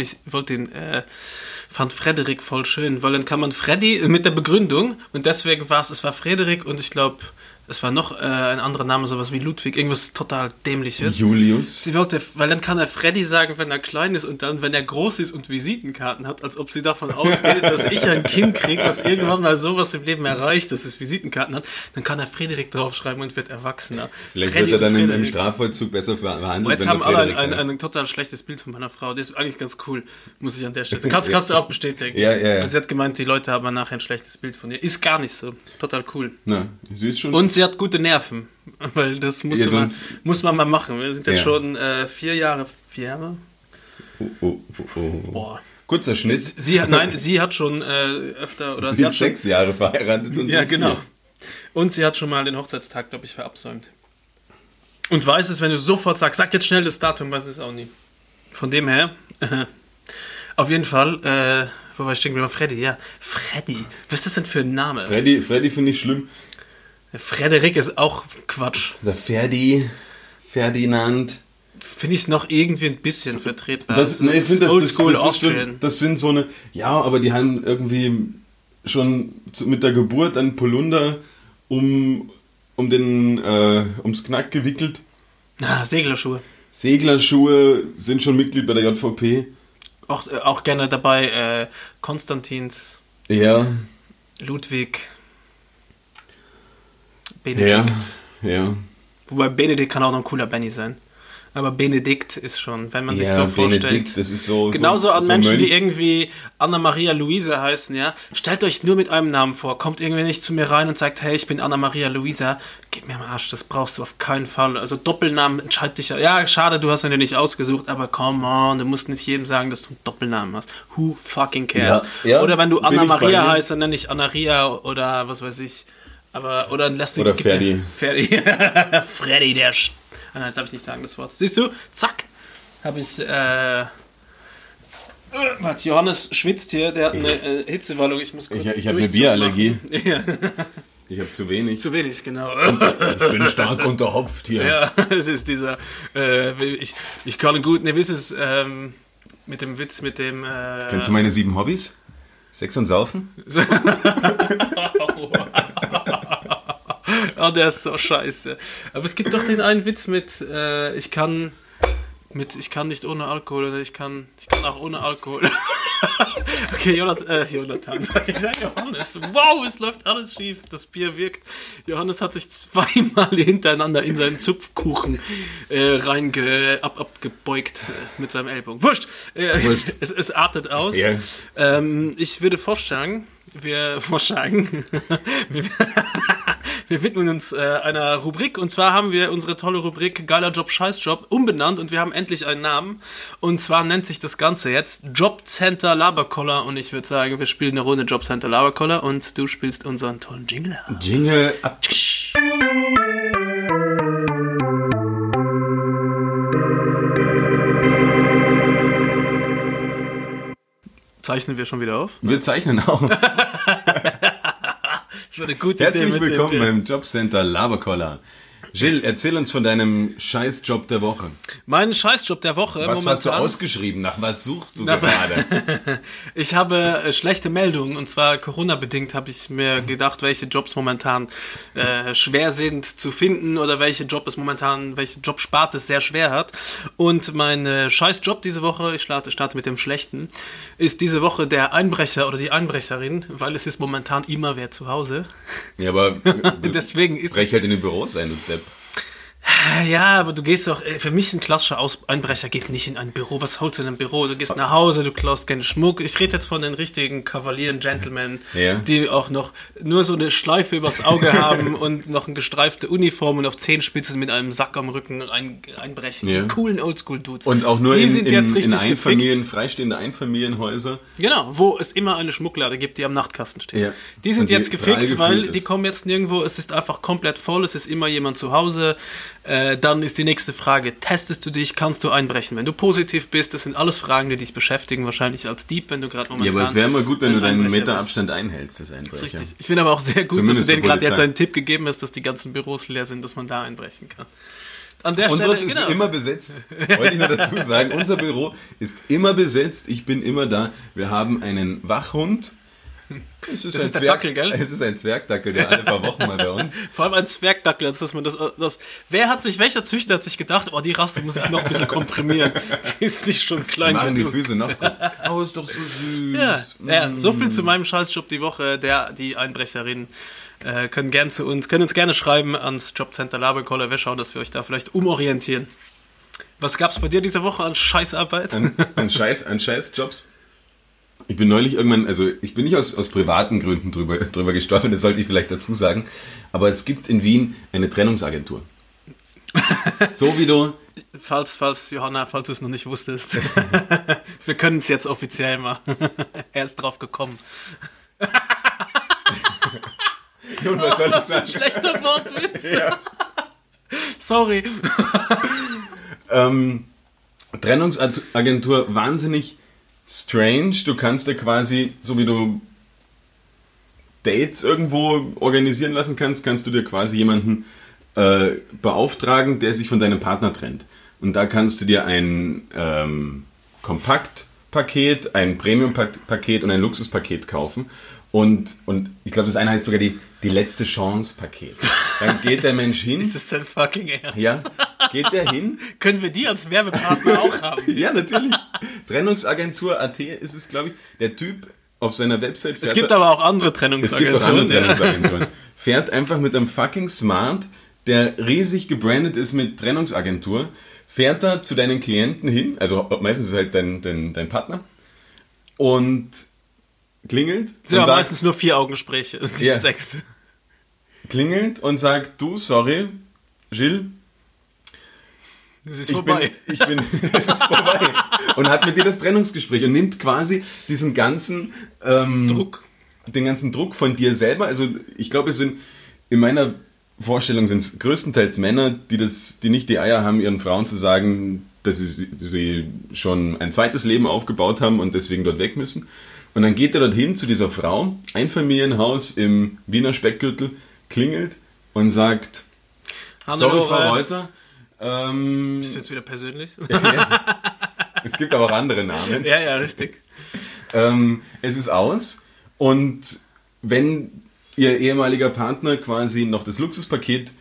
fand Frederik voll schön, weil dann kann man Freddy mit der Begründung und deswegen es war Frederik und ich glaube, es war noch ein anderer Name, sowas wie Ludwig, irgendwas total Dämliches. Julius. Sie wollte, weil dann kann er Freddy sagen, wenn er klein ist und dann, wenn er groß ist und Visitenkarten hat, als ob sie davon ausgeht, dass ich ein Kind kriege, was irgendwann mal sowas im Leben erreicht, dass es Visitenkarten hat, dann kann er Frederik draufschreiben und wird erwachsener. Vielleicht Freddy wird er dann im Frederik. Strafvollzug besser verhandelt. Aber jetzt wenn haben er alle Frederik heißt. ein total schlechtes Bild von meiner Frau. Das ist eigentlich ganz cool, muss ich an der Stelle sagen. Kannst du auch bestätigen. Ja. Weil sie hat gemeint, die Leute haben nachher ein schlechtes Bild von ihr. Ist gar nicht so. Total cool. Na, sie ist schon. Und sie hat gute Nerven. Weil das muss man mal machen. Wir sind jetzt schon 4 Jahre. 4 Jahre? Oh. Boah. Kurzer Schnitt. Sie hat schon öfter. Oder Sie hat ist schon 6 Jahre verheiratet. Und ja, du genau. 4. Und sie hat schon mal den Hochzeitstag, glaube ich, verabsäumt. Und weiß es, wenn du sofort sagst, sag jetzt schnell das Datum, weiß es auch nie. Von dem her, auf jeden Fall, wo war ich stehen geblieben? Freddy, ja. Freddy. Was ist das denn für ein Name? Freddy finde ich schlimm. Frederik ist auch Quatsch. Der Ferdinand. Finde ich es noch irgendwie ein bisschen vertretbar. Ich finde Oldschool das Austrian. das sind so eine, ja, aber die haben irgendwie schon mit der Geburt ein Polunder ums Knack gewickelt. Seglerschuhe. Seglerschuhe, sind schon Mitglied bei der JVP. Auch gerne dabei Konstantins, Ja. Ludwig, Benedikt. Ja. Wobei Benedikt kann auch noch ein cooler Benny sein. Aber Benedikt ist schon, wenn man sich so vorstellt. Benedikt, das ist so. Genauso an so Menschen, Mönch. die irgendwie Anna-Maria Luisa heißen, ja. Stellt euch nur mit einem Namen vor. Kommt irgendwie nicht zu mir rein und sagt, hey, ich bin Anna-Maria Luisa. Gib mir am Arsch, das brauchst du auf keinen Fall. Also Doppelnamen, entscheid dich ja. Ja, schade, du hast ihn dir nicht ausgesucht, aber come on, du musst nicht jedem sagen, dass du einen Doppelnamen hast. Who fucking cares? Ja, oder wenn du bin ich bei Anna-Maria dir. heißt, dann nenne ich Anna-Ria oder was weiß ich. Oder lass den. Oder Ferdi. Ferdi, der. Das darf ich nicht sagen, das Wort. Siehst du? Zack. Habe ich. Warte, Johannes schwitzt hier, der hat eine Hitzewallung. Ich muss kurz. Ich habe eine Durchzug Bierallergie. machen. Ja. Ich habe zu wenig. Zu wenig, genau. Ich bin stark unterhopft hier. Ja, es ist dieser. Ich kann gut. Ne, wisst mit dem Witz, mit dem. Kennst du meine 7 Hobbys? Sex und Saufen? Oh, der ist so scheiße. Aber es gibt doch den einen Witz mit, ich kann nicht ohne Alkohol oder ich kann auch ohne Alkohol. Okay, Jonathan, sag Johannes. Wow, es läuft alles schief. Das Bier wirkt. Johannes hat sich 2-mal hintereinander in seinen Zupfkuchen abgebeugt mit seinem Ellbogen. Wurscht. Es artet aus. Ja. Ich würde vorschlagen, wir widmen uns einer Rubrik und zwar haben wir unsere tolle Rubrik Geiler Job, Scheißjob umbenannt und wir haben endlich einen Namen und zwar nennt sich das Ganze jetzt Jobcenter Laberkoller und ich würde sagen, wir spielen eine Runde Jobcenter Laberkoller und du spielst unseren tollen Jingle. Jingle ab. Zeichnen wir schon wieder auf? Wir zeichnen auch. Das war eine gute Idee. Herzlich mit willkommen dem beim Jobcenter Laberkoller. Gilles, erzähl uns von deinem Scheißjob der Woche. Mein Scheißjob der Woche Was momentan. hast du ausgeschrieben? Nach was suchst du gerade? Ich habe schlechte Meldungen und zwar Corona-bedingt habe ich mir gedacht, welche Jobs momentan schwer sind zu finden oder welche Jobsparte es sehr schwer hat. Und mein Scheißjob diese Woche, ich starte mit dem Schlechten, ist diese Woche der Einbrecher oder die Einbrecherin, weil es ist momentan immer wer zu Hause. Ja, aber Deswegen ist brech halt in den Büros ein, du Depp. Ja, aber du gehst doch, für mich ein klassischer Einbrecher geht nicht in ein Büro. Was holst du in einem Büro? Du gehst nach Hause, du klaust keinen Schmuck. Ich rede jetzt von den richtigen Kavalieren, Gentlemen, Ja. die auch noch nur so eine Schleife übers Auge haben und noch eine gestreifte Uniform und auf Zehenspitzen mit einem Sack am Rücken einbrechen. Ja. Die coolen Oldschool-Dudes. Und auch nur die in, sind in, jetzt richtig in gefickt. freistehende Einfamilienhäuser. Genau, wo es immer eine Schmucklade gibt, die am Nachtkasten steht. Ja. Die sind Und die jetzt prall gefickt, weil gefüllt die ist. kommen jetzt nirgendwo, es ist einfach komplett voll, es ist immer jemand zu Hause. Dann ist die nächste Frage, testest du dich, kannst du einbrechen? Wenn du positiv bist, das sind alles Fragen, die dich beschäftigen, wahrscheinlich als Dieb, wenn du gerade momentan... Ja, aber es wäre immer gut, wenn du deinen Einbrecher Meter bist. Abstand einhältst, das Das Einbrecher. ist richtig. Ich finde aber auch sehr gut, Zumindest dass du denen zur gerade jetzt Polizei. einen Tipp gegeben hast, dass die ganzen Büros leer sind, dass man da einbrechen kann. An der Unseres Stelle, ist genau. immer besetzt. Wollte ich nur dazu sagen. Unser Büro ist immer besetzt. Ich bin immer da. Wir haben einen Wachhund. Das ist der Dackel, gell? Es ist ein Zwergdackel, der alle paar Wochen mal bei uns. Vor allem ein Zwergdackel, als dass man das. Welcher Züchter hat sich gedacht, oh, die Rasse muss ich noch ein bisschen komprimieren. Sie ist nicht schon klein Machen die genug. Füße noch kurz. Oh, ist doch so süß. Ja, so viel zu meinem Scheißjob die Woche. Die Einbrecherinnen können uns gerne schreiben ans Jobcenter Laberkoller. Wir schauen, dass wir euch da vielleicht umorientieren. Was gab's bei dir diese Woche an Scheißarbeit? An Scheißjobs. Ich bin neulich irgendwann, also ich bin nicht aus privaten Gründen drüber gestolpert, das sollte ich vielleicht dazu sagen, aber es gibt in Wien eine Trennungsagentur. So wie du... Falls Johanna, falls du es noch nicht wusstest. Wir können es jetzt offiziell machen. Er ist drauf gekommen. Nun, was soll ich Was für ein sagen? schlechter Wortwitz. Ja. Sorry. Trennungsagentur, wahnsinnig strange. Du kannst da quasi, so wie du Dates irgendwo organisieren lassen kannst, kannst du dir quasi jemanden beauftragen, der sich von deinem Partner trennt. Und da kannst du dir ein Kompaktpaket, ein Premium-Paket und ein Luxuspaket kaufen. Und ich glaube, das eine heißt sogar die letzte Chance-Paket. Dann geht der Mensch hin. Ist das denn fucking ernst? Ja, geht der hin. Können wir die als Werbepartner auch haben? Ja, natürlich. Trennungsagentur.at ist es, glaube ich. Der Typ auf seiner Website fährt... Es gibt aber auch andere es gibt Trennungsagenturen. auch andere Trennungsagenturen. Fährt einfach mit einem fucking Smart, der riesig gebrandet ist mit Trennungsagentur, fährt da zu deinen Klienten hin, also meistens ist es halt dein Partner, und klingelt. Sind und aber meistens nur 4-Augengespräche. Nicht Ja. 6. klingelt und sagt, du, sorry, Gilles, Das ist vorbei. es ist vorbei. Und hat mit dir das Trennungsgespräch und nimmt quasi diesen ganzen Druck. den ganzen Druck von dir selber. Also ich glaube, es sind in meiner Vorstellung sind es größtenteils Männer, die nicht die Eier haben, ihren Frauen zu sagen, dass sie schon ein zweites Leben aufgebaut haben und deswegen dort weg müssen. Und dann geht er dorthin zu dieser Frau, Einfamilienhaus im Wiener Speckgürtel, klingelt und sagt, sorry Frau Reuter, Bist du jetzt wieder persönlich? es gibt aber auch andere Namen. Ja, richtig. Es ist aus und wenn ihr ehemaliger Partner quasi noch das Luxuspaket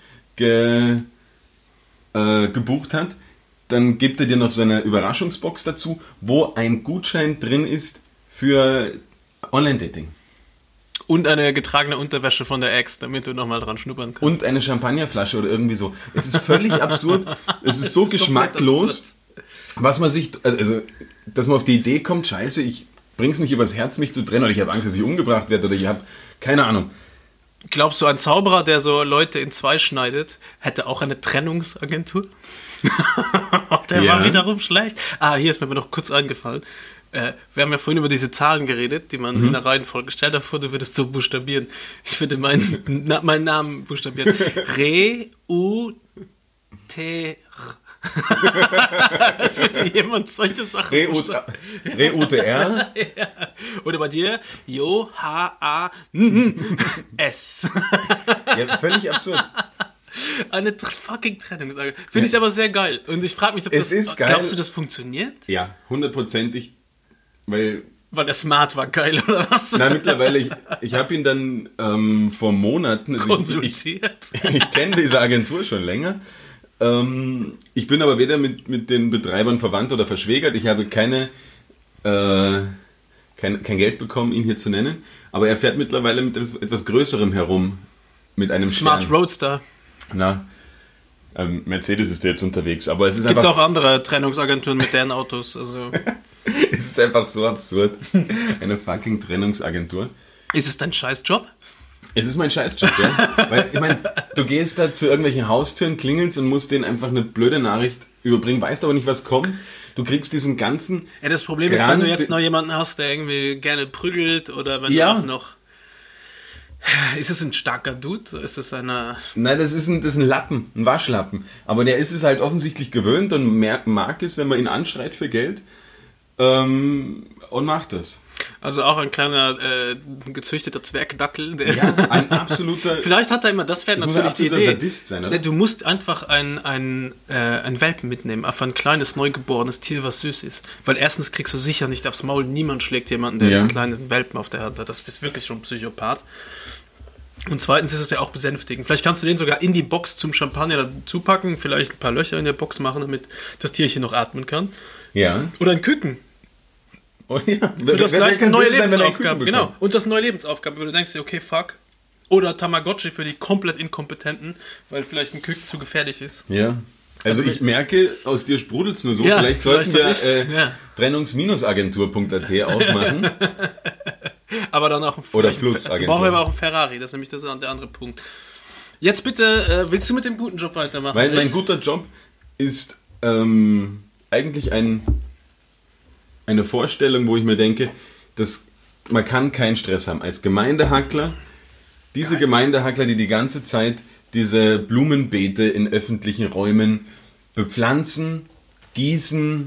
gebucht hat, dann gibt er dir noch so eine Überraschungsbox dazu, wo ein Gutschein drin ist für Online-Dating. Und eine getragene Unterwäsche von der Ex, damit du nochmal dran schnuppern kannst. Und eine Champagnerflasche oder irgendwie so. Es ist völlig absurd. Es ist so ist komplett geschmacklos, was man sich, also, dass man auf die Idee kommt, scheiße, ich bring's nicht übers Herz, mich zu trennen, oder ich habe Angst, dass ich umgebracht werde, oder ich habe, keine Ahnung. Glaubst du, ein Zauberer, der so Leute in zwei schneidet, hätte auch eine Trennungsagentur? Der Ja. war wiederum schlecht. Hier ist mir aber noch kurz eingefallen. Wir haben ja vorhin über diese Zahlen geredet, die man in der Reihenfolge stellt. Davor, du würdest so buchstabieren. Ich würde meinen Namen buchstabieren. Re-U-T-R. Als würde jemand solche Sachen buchstabieren. Re-UTR. Ja. Oder bei dir Jo-H-A-S. Ja, völlig absurd. Eine fucking Trennung. Finde ich aber sehr geil. Und ich frage mich, ob Es das... ist geil. Glaubst du, das funktioniert? Ja, 100%ig, weil... Weil der Smart war geil, oder was? Na, mittlerweile, ich habe ihn dann vor Monaten... Also Konsultiert. ich kenne diese Agentur schon länger. Ich bin aber weder mit den Betreibern verwandt oder verschwägert. Ich habe kein Geld bekommen, ihn hier zu nennen. Aber er fährt mittlerweile mit etwas Größerem herum. Mit einem Smart Stern. Roadster. Na, Mercedes ist jetzt unterwegs, aber es ist Gibt einfach... auch andere Trennungsagenturen mit deren Autos. Also Es ist einfach so absurd. Eine fucking Trennungsagentur. ist es dein Scheißjob? Es ist mein Scheißjob, ja. Weil, ich meine, du gehst da zu irgendwelchen Haustüren, klingelst und musst denen einfach eine blöde Nachricht überbringen, weißt aber nicht, was kommt. Du kriegst diesen ganzen... Ja, das Problem ist, wenn du jetzt noch jemanden hast, der irgendwie gerne prügelt oder wenn du auch noch... Ist es ein starker Dude? Ist es einer... Nein, das ist ein Lappen, ein Waschlappen. Aber der ist es halt offensichtlich gewöhnt und mag es, wenn man ihn anschreit für Geld und macht das. Also auch ein kleiner gezüchteter Zwergdackel. Der Ja, ein absoluter... Vielleicht hat er immer, das wäre natürlich die Idee. Sadist sein, oder? Du musst einfach ein Welpen mitnehmen, einfach ein kleines, neugeborenes Tier, was süß ist. Weil erstens kriegst du sicher nicht aufs Maul, niemand schlägt jemanden, der einen kleinen Welpen auf der Hand hat. Das ist wirklich schon ein Psychopath. Und zweitens ist es ja auch besänftigend. Vielleicht kannst du den sogar in die Box zum Champagner dazu packen, vielleicht ein paar Löcher in der Box machen, damit das Tierchen noch atmen kann. Ja. Oder ein Küken. Oh ja. Und das gleich eine neue Lebensaufgabe. Genau. Und das neue Lebensaufgabe, wo du denkst dir, okay, fuck. Oder Tamagotchi für die komplett Inkompetenten, weil vielleicht ein Küken zu gefährlich ist. Ja. Also ich merke, aus dir sprudelt es nur so. Ja, vielleicht sollten wir Trennungs-Agentur.at aufmachen. Aber dann auch oder Plusagentur. Brauchen wir aber auch einen Ferrari, das ist nämlich der andere Punkt. Jetzt bitte, willst du mit dem guten Job weitermachen? Weil mein guter Job ist eigentlich eine Vorstellung, wo ich mir denke, dass man kann keinen Stress haben. Als Gemeindehackler, Gemeindehackler, die ganze Zeit diese Blumenbeete in öffentlichen Räumen bepflanzen, gießen,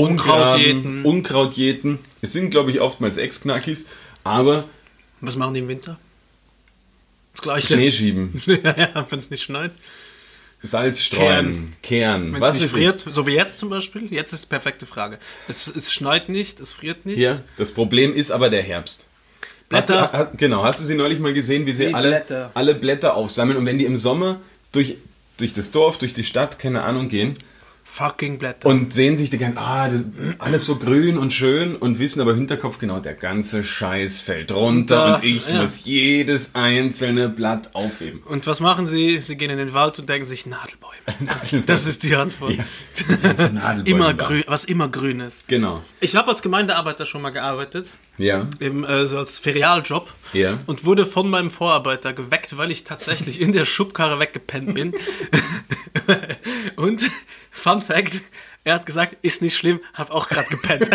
Unkraut jäten. Es sind, glaube ich, oftmals Ex-Knackis, aber... Was machen die im Winter? Das Gleiche. Schnee schieben. Ja, wenn es nicht schneit. Salz streuen, kehren. Wenn es nicht friert, so wie jetzt zum Beispiel. Jetzt ist die perfekte Frage. Es schneit nicht, es friert nicht. Ja, das Problem ist aber der Herbst. Blätter. Hast du sie neulich mal gesehen, wie sie alle Blätter aufsammeln und wenn die im Sommer durch das Dorf, durch die Stadt, keine Ahnung, gehen fucking Blätter. und sehen sich die ganzen, das ist alles so grün und schön und wissen aber im Hinterkopf genau, der ganze Scheiß fällt runter und ich muss jedes einzelne Blatt aufheben. Und was machen sie? Sie gehen in den Wald und denken sich, Nadelbäume. Das ist die Antwort. Ja. Nadelbäume immer grün, was immer grün ist. Genau. Ich habe als Gemeindearbeiter schon mal gearbeitet. Ja. So als Ferialjob. Ja. Und wurde von meinem Vorarbeiter geweckt, weil ich tatsächlich in der Schubkarre weggepennt bin. Und, Fun Fact, er hat gesagt, ist nicht schlimm, hab auch gerade gepennt.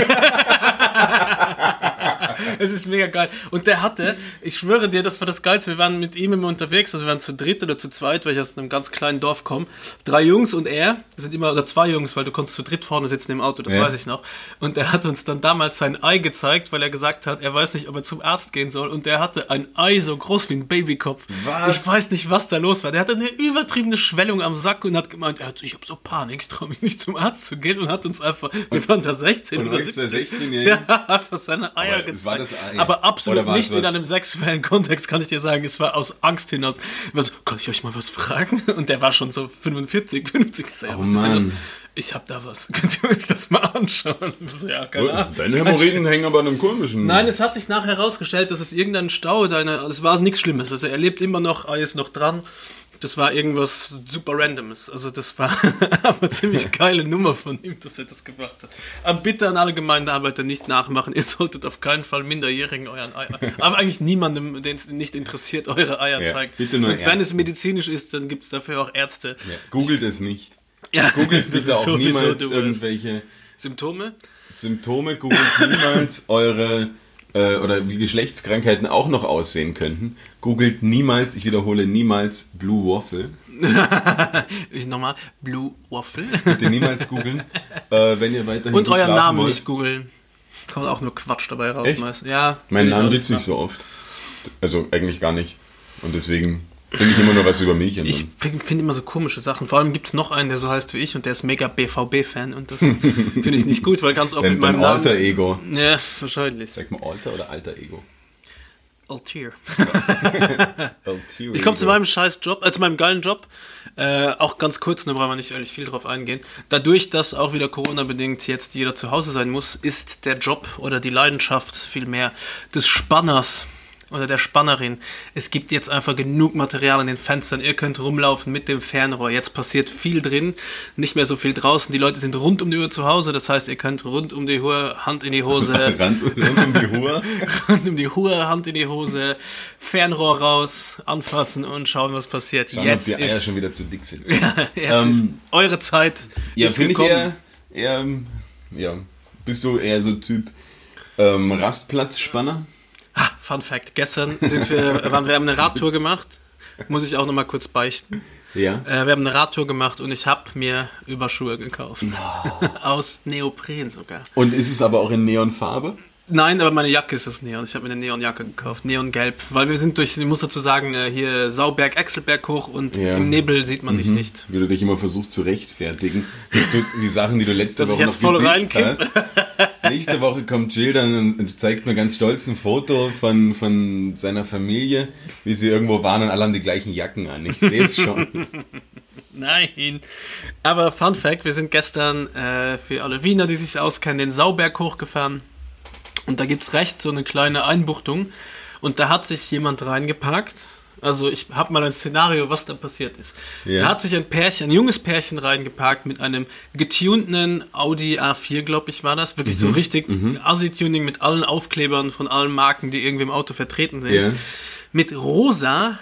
Es ist mega geil. Und der hatte, ich schwöre dir, das war das Geilste, wir waren mit ihm immer unterwegs, also wir waren zu dritt oder zu zweit, weil ich aus einem ganz kleinen Dorf komme. 3 Jungs und er, oder 2 Jungs, weil du konntest zu dritt vorne sitzen im Auto, das weiß ich noch. Und er hat uns dann damals sein Ei gezeigt, weil er gesagt hat, er weiß nicht, ob er zum Arzt gehen soll. Und der hatte ein Ei so groß wie ein Babykopf. Was? Ich weiß nicht, was da los war. Der hatte eine übertriebene Schwellung am Sack und hat gemeint, ich habe so Panik, ich traue mich nicht zum Arzt zu gehen und hat uns einfach, wir waren da 16 oder 17. Ja, einfach seine Eier gezeigt. Aber absolut nicht in einem sexuellen Kontext, kann ich dir sagen. Es war aus Angst hinaus. Ich war so, kann ich euch mal was fragen? Und der war schon so 45, 50. Ich so, was ist denn das? Ich hab da was. Könnt ihr euch das mal anschauen? So, ja, keine Ahnung. Deine Hämorrhoiden hängen aber an einem komischen... Nein, es hat sich nachher herausgestellt, dass es irgendein Stau, es war nichts Schlimmes. Also er lebt immer noch, Ei ist noch dran. Das war irgendwas super Randomes. Also das war aber eine ziemlich geile Nummer von ihm, dass er das gemacht hat. Aber bitte an alle Gemeindearbeiter nicht nachmachen. Ihr solltet auf keinen Fall Minderjährigen euren Eier... Aber eigentlich niemandem, den es nicht interessiert, eure Eier zeigen. Bitte nur und wenn es medizinisch ist, dann gibt es dafür auch Ärzte. Ja, googelt es nicht. Ja, googelt bitte auch niemals irgendwelche... Symptome, googelt niemals eure... oder wie Geschlechtskrankheiten auch noch aussehen könnten. Googelt niemals, ich wiederhole niemals, Blue Waffle. Nochmal, Blue Waffle. Bitte niemals googeln, wenn ihr weiterhin und euren Namen wollt. nicht googeln. Kommt auch nur Quatsch dabei raus. Echt? Meist. Ja, mein Name gibt's nicht so oft. Also eigentlich gar nicht. Und deswegen finde ich immer nur was über mich. Ich finde immer so komische Sachen. Vor allem gibt es noch einen, der so heißt wie ich und der ist mega BVB-Fan und das finde ich nicht gut, weil ganz oft mit meinem Namen... Alter Ego. Ja, wahrscheinlich. Sag mal Alter oder Alter Ego? Altier. Ich komme zu meinem scheiß Job, zu meinem geilen Job. Auch ganz kurz, da brauchen wir nicht ehrlich viel drauf eingehen. Dadurch, dass auch wieder Corona-bedingt jetzt jeder zu Hause sein muss, ist der Job oder die Leidenschaft vielmehr des Spanners oder der Spannerin, es gibt jetzt einfach genug Material an den Fenstern, ihr könnt rumlaufen mit dem Fernrohr, jetzt passiert viel drin, nicht mehr so viel draußen, die Leute sind rund um die Uhr zu Hause, das heißt, ihr könnt rund um die Uhr, Hand in die Hose, Rund um die Uhr. rund um die Uhr, Hand in die Hose, Fernrohr raus, anfassen und schauen, was passiert. Schauen, Jetzt ob die Eier ist, schon wieder zu dick sind. jetzt ist eure Zeit Ja, ist finde ich gekommen. eher, bist du eher so Typ Rastplatzspanner? Fun Fact, gestern wir haben eine Radtour gemacht, muss ich auch nochmal kurz beichten. Ja. Wir haben eine Radtour gemacht und ich habe mir Überschuhe gekauft. Aus Neopren sogar. Und ist es aber auch in Neonfarbe? Nein, aber meine Jacke ist das Neon. Ich habe mir eine Neonjacke gekauft, Neongelb. Weil wir sind ich muss dazu sagen, hier Sauberg, Exelberg hoch und Ja. im Nebel sieht man dich nicht. Wie du dich immer versuchst zu rechtfertigen, dass du die Sachen, die du letzte Dass ich Woche jetzt noch voll gedisst reinkipp. hast. Nächste Woche kommt Jill dann und zeigt mir ganz stolz ein Foto von seiner Familie, wie sie irgendwo waren und alle haben die gleichen Jacken an. Ich sehe es schon. Nein. Aber Fun Fact, wir sind gestern für alle Wiener, die sich auskennen, den Sauberg hochgefahren. Und da gibt's rechts so eine kleine Einbuchtung. Und da hat sich jemand reingeparkt. Also ich habe mal ein Szenario, was da passiert ist. Ja. Da hat sich ein junges Pärchen reingeparkt mit einem getunten Audi A4, glaube ich, war das. Wirklich so richtig Assi-Tuning mit allen Aufklebern von allen Marken, die irgendwie im Auto vertreten sind. Ja. Mit rosa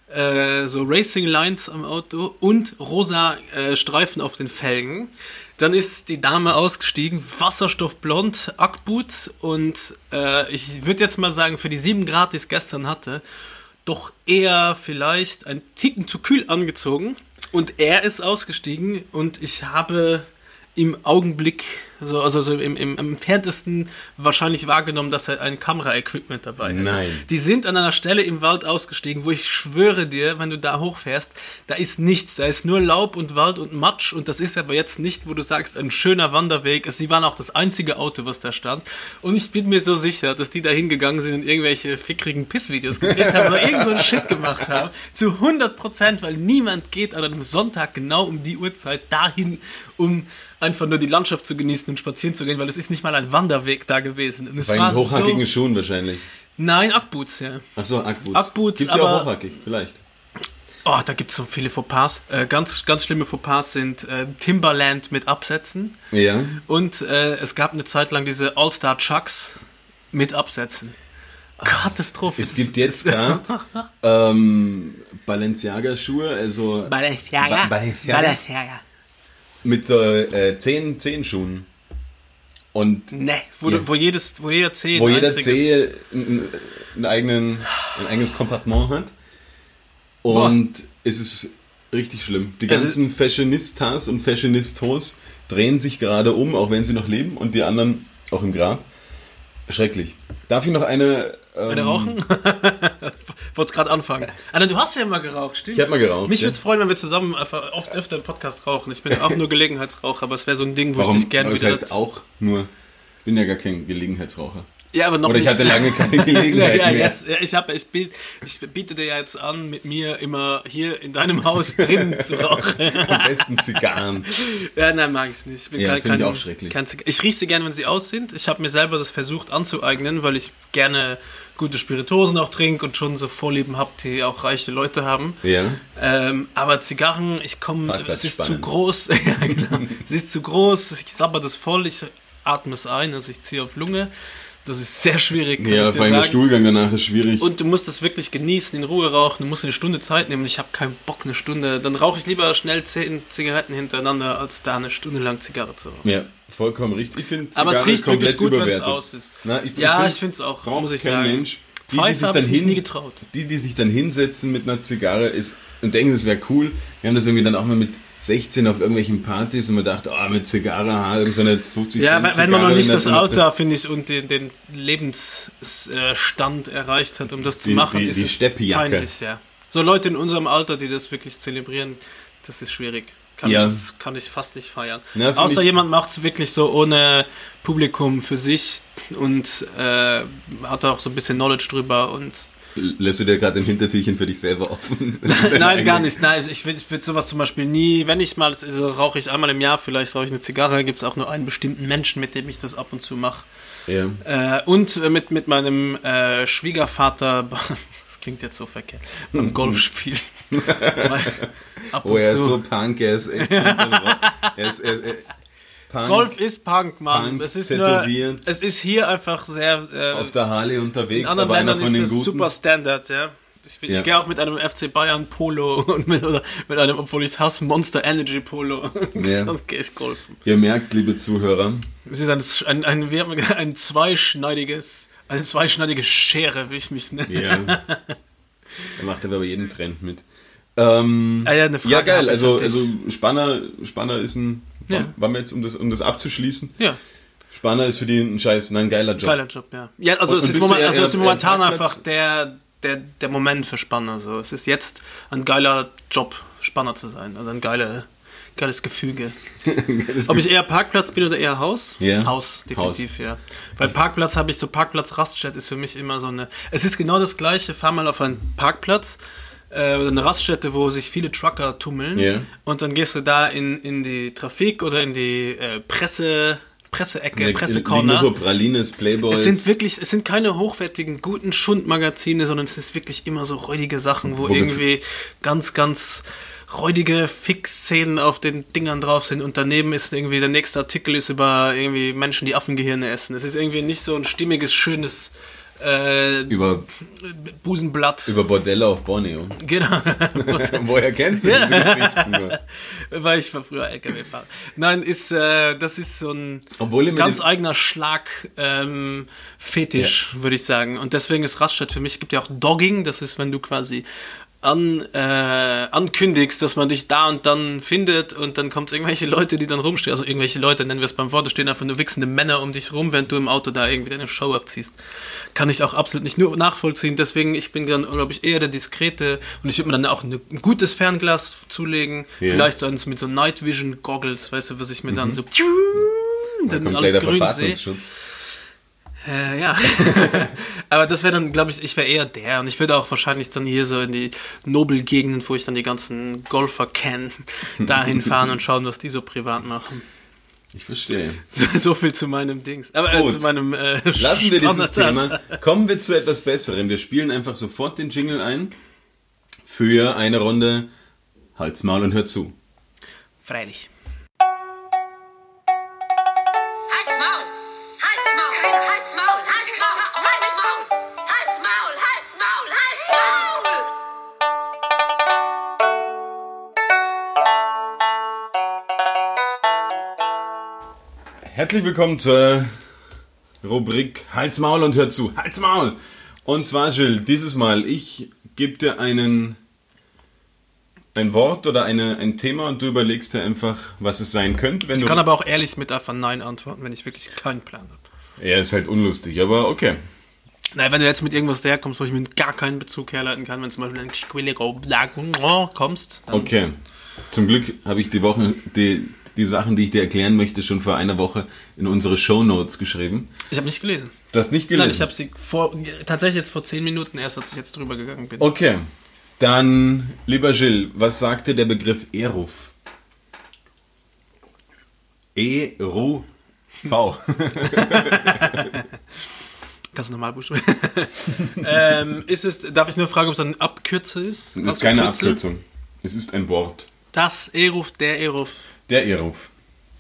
so Racing Lines am Auto und rosa Streifen auf den Felgen. Dann ist die Dame ausgestiegen, wasserstoffblond, Ackboot und ich würde jetzt mal sagen, für die 7 Grad, die es gestern hatte, doch eher vielleicht ein Ticken zu kühl angezogen. Und er ist ausgestiegen und ich habe im Augenblick, also so im entferntesten wahrscheinlich wahrgenommen, dass er ein Kameraequipment dabei hat. Nein. Die sind an einer Stelle im Wald ausgestiegen, wo ich schwöre dir, wenn du da hochfährst, da ist nichts, da ist nur Laub und Wald und Matsch und das ist aber jetzt nicht, wo du sagst, ein schöner Wanderweg. Sie waren auch das einzige Auto, was da stand und ich bin mir so sicher, dass die da hingegangen sind und irgendwelche fickrigen Pissvideos gedreht haben oder irgend so einen Shit gemacht haben, zu 100%, weil niemand geht an einem Sonntag genau um die Uhrzeit dahin, um einfach nur die Landschaft zu genießen und spazieren zu gehen, weil es ist nicht mal ein Wanderweg da gewesen. Und es Bei war den hochhackigen so... Schuhen wahrscheinlich. Nein, Ackboots, ja. Achso, Ackboots. Ackboots, Gibt's ja auch aber- hochhackig, vielleicht. Oh, da gibt es so viele Fauxpas. Ganz, ganz schlimme Fauxpas sind Timberland mit Absätzen. Ja. Und es gab eine Zeit lang diese All-Star Chucks mit Absätzen. Katastrophe. Es gibt jetzt gerade Balenciaga-Schuhe, also Balenciaga. Balenciaga. Balenciaga. mit so 10 Schuhen. Und Ne, Ja. wo jeder Zeh wo ein jeder einziges- Zeh ein eigenes Kompartement hat. Und es ist richtig schlimm. Die Also- ganzen Fashionistas und Fashionistos drehen sich gerade um, auch wenn sie noch leben, und die anderen auch im Grab. Schrecklich. Darf ich noch eine... Eine rauchen? Wollt's gerade anfangen. Anna, du hast ja mal geraucht, stimmt? Ich habe mal geraucht. Mich ja. würde es freuen, wenn wir zusammen einfach öfter im Podcast rauchen. Ich bin auch nur Gelegenheitsraucher, aber es wäre so ein Ding, wo ich dich gerne Das wieder... heißt auch nur... Ich bin ja gar kein Gelegenheitsraucher. Ja, aber noch Oder nicht. ich hatte lange keine Gelegenheit ja, mehr. jetzt, ich biete dir ja jetzt an, mit mir immer hier in deinem Haus drin zu rauchen. Am besten Zigarren. Ja, nein, mag ich nicht. Ich bin Ja, finde ich auch schrecklich. Ich rieche sie gerne, wenn sie aus sind. Ich habe mir selber das versucht anzueignen, weil ich gerne gute Spirituosen auch trinke und schon so Vorlieben habe, die auch reiche Leute haben. Ja. Aber Zigarren, es ist zu spannend. groß. Ja, genau. Es ist zu groß, ich sabber das voll, ich atme es ein, also ich ziehe auf Lunge. Das ist sehr schwierig, kann Ja, ich dir vor allem der sagen. Stuhlgang danach ist schwierig. Und du musst das wirklich genießen, in Ruhe rauchen, du musst eine Stunde Zeit nehmen. Ich habe keinen Bock, eine Stunde. Dann rauche ich lieber schnell 10 Zigaretten hintereinander, als da eine Stunde lang Zigarre zu rauchen. Ja, vollkommen richtig. Ich finde Aber es Zigarre riecht wirklich komplett gut, wenn es überbewertet. aus ist. Na, Ja, find, ich finde es auch, braucht muss ich kein sagen. Mensch. Pfeife habe ich mich nie getraut. Die sich dann hinsetzen mit einer Zigarre und denken, das wäre cool. Wir haben das irgendwie dann auch mal mit 16 auf irgendwelchen Partys und man dachte, mit Zigarre, irgend so eine 50 Ja, Cent wenn man noch Zigarre nicht in das der- Alter, finde ich, und den Lebensstand erreicht hat, um das zu machen, ist die es Steppjacke. peinlich, ja. So Leute in unserem Alter, die das wirklich zelebrieren, das ist schwierig. Ja. Das kann ich fast nicht feiern. Ja, find Außer ich- jemand macht es wirklich so ohne Publikum für sich und hat auch so ein bisschen Knowledge drüber und Lässt du dir gerade ein Hintertürchen für dich selber offen? Nein, gar nicht. Nein, ich würd sowas zum Beispiel nie, wenn ich mal, also rauche ich einmal im Jahr, vielleicht rauche ich eine Zigarre, gibt es auch nur einen bestimmten Menschen, mit dem ich das ab und zu mache. Ja. Und mit meinem Schwiegervater, das klingt jetzt so verkehrt, beim Golfspiel. Ab und Er ist zu. so Punk, er ist echt so ein Punk, Golf ist Punk, Mann. Punk, Es ist tätowiert. es ist hier einfach sehr, auf der Harley in unterwegs, anderen aber einer Ländern von den ist das Guten. super Standard, ja. Ich Ja. gehe auch mit einem FC Bayern Polo und mit einem, obwohl ich es hasse, Monster Energy Polo. Ja. Sonst gehe ich golfen. Ihr merkt, liebe Zuhörer, Es ist eine zweischneidige Schere, wie ich mich nenne. ja, er macht aber jeden Trend mit. Ja, eine Frage Ja, geil, habe ich also an dich. Spanner ist ein, Ja. waren wir jetzt, um das abzuschließen, Ja, Spanner ist für die ein geiler Job. geiler Job, ja. Ja, also Und es ist, bist du eher- es ist eher momentan Parkplatz? einfach der Moment für Spanner. So. Es ist jetzt ein geiler Job, Spanner zu sein. Also ein geiles Gefüge. Ob ich eher Parkplatz bin oder eher Haus? Ja. Haus, definitiv, ja. Weil Parkplatz-Raststätte ist für mich immer so eine... Es ist genau das Gleiche, fahr mal auf einen Parkplatz oder eine Raststätte, wo sich viele Trucker tummeln Ja. und dann gehst du da in die Trafik oder in die Presseecke, Liegen Pressecorner. nur so Pralines, Playboys. Es sind keine hochwertigen, guten Schundmagazine, sondern es ist wirklich immer so räudige Sachen, wo Wo irgendwie ganz, ganz räudige Fix-Szenen auf den Dingern drauf sind und daneben ist irgendwie, der nächste Artikel ist über irgendwie Menschen, die Affengehirne essen. Es ist irgendwie nicht so ein stimmiges, schönes über Busenblatt. Bordelle auf Borneo. Genau. Woher kennst du diese Geschichten nur? Weil ich war früher LKW-Fahrer. Nein, das ist so ein Obwohl immer ganz die- eigener Fetisch, würde ich sagen. Und deswegen ist Raststätte für mich, es gibt ja auch Dogging, das ist, wenn du quasi ankündigst, dass man dich da und dann findet und dann kommt irgendwelche Leute, die dann rumstehen, also irgendwelche Leute, nennen wir es beim Wort, da stehen einfach nur wichsende Männer um dich rum, während du im Auto da irgendwie deine Show abziehst. Kann ich auch absolut nicht nur nachvollziehen, deswegen, ich bin dann, glaube ich, eher der Diskrete und ich würde mir dann auch ein gutes Fernglas zulegen, Ja. vielleicht so eins mit so Night Vision Goggles, weißt du, was ich mir dann so dann alles Kompletter grün sehe. Verfassungsschutz. Ja, aber das wäre dann, glaube ich wäre eher der und ich würde auch wahrscheinlich dann hier so in die Nobelgegenden, wo ich dann die ganzen Golfer kenne, dahin fahren und schauen, was die so privat machen. Ich verstehe. So viel zu meinem Dings. Aber Gut. zu meinem Lassen wir dieses Spannertass. Thema. Kommen wir zu etwas Besserem. Wir spielen einfach sofort den Jingle ein für eine Runde Halt's Maul und hör zu. Freilich. Halt's Maul! Halt's Maul! Halt's Maul! Halt's Maul! Halt's Maul! Halt's Maul! Halt's Maul! Halt's Maul! Herzlich willkommen zur Rubrik Halt's Maul und hör zu. Halt's Maul! Und zwar, Jill, dieses Mal, ich gebe dir ein Wort oder ein Thema und du überlegst dir einfach, was es sein könnte. Wenn Ich du kann aber auch ehrlich mit einfach Nein antworten, wenn ich wirklich keinen Plan habe. Ja, ist halt unlustig, aber okay. Nein, wenn du jetzt mit irgendwas daherkommst, wo ich mir gar keinen Bezug herleiten kann, wenn zum Beispiel ein Squilligo kommst, dann Okay. Zum Glück habe ich die Woche die Sachen, die ich dir erklären möchte, schon vor einer Woche in unsere Shownotes geschrieben. ich habe nicht gelesen. Du hast nicht gelesen? Nein, ich habe sie tatsächlich jetzt vor 10 Minuten erst, als ich jetzt drüber gegangen bin. Okay. Dann, lieber Gilles, was sagt dir der Begriff Eruf? E-Ru-V. Kannst du nochmal buchstabieren? Darf ich nur fragen, ob es eine Abkürze ist? Das ist Also keine Kürzel? Abkürzung. Es ist ein Wort. Das Eruf, der Eruf. Der Eruf.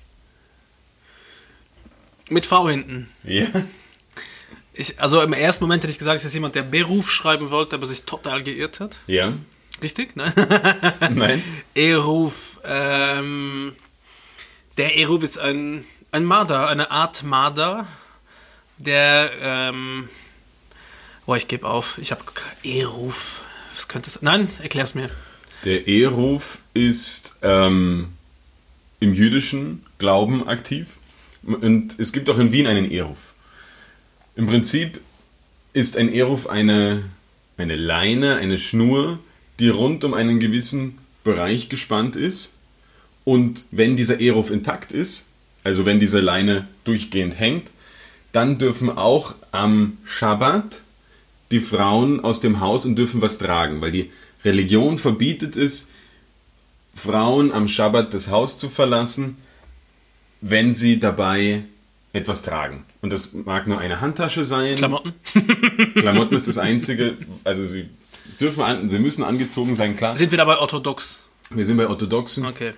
Mit V hinten. Ja. Also im ersten Moment hätte ich gesagt, es ist jemand, der Beruf schreiben wollte, aber sich total geirrt hat. Ja. Richtig? Nein? Nein. Eruf. Der Eruf ist ein Marder, eine Art Marder, der, ich gebe auf. Ich habe Eruf. Was könnte es... Nein, erklär's mir. Der Eruf ist im jüdischen Glauben aktiv. Und es gibt auch in Wien einen Eruf. Im Prinzip ist ein Eruf eine Leine, eine Schnur, die rund um einen gewissen Bereich gespannt ist. Und wenn dieser Eruf intakt ist, also wenn diese Leine durchgehend hängt, dann dürfen auch am Schabbat die Frauen aus dem Haus und dürfen was tragen, weil die Religion verbietet es, Frauen am Schabbat das Haus zu verlassen, wenn sie dabei etwas tragen. Und das mag nur eine Handtasche sein. Klamotten. Klamotten ist das Einzige. Also sie müssen angezogen sein, klar. Sind wir dabei orthodox? Wir sind bei Orthodoxen. Okay.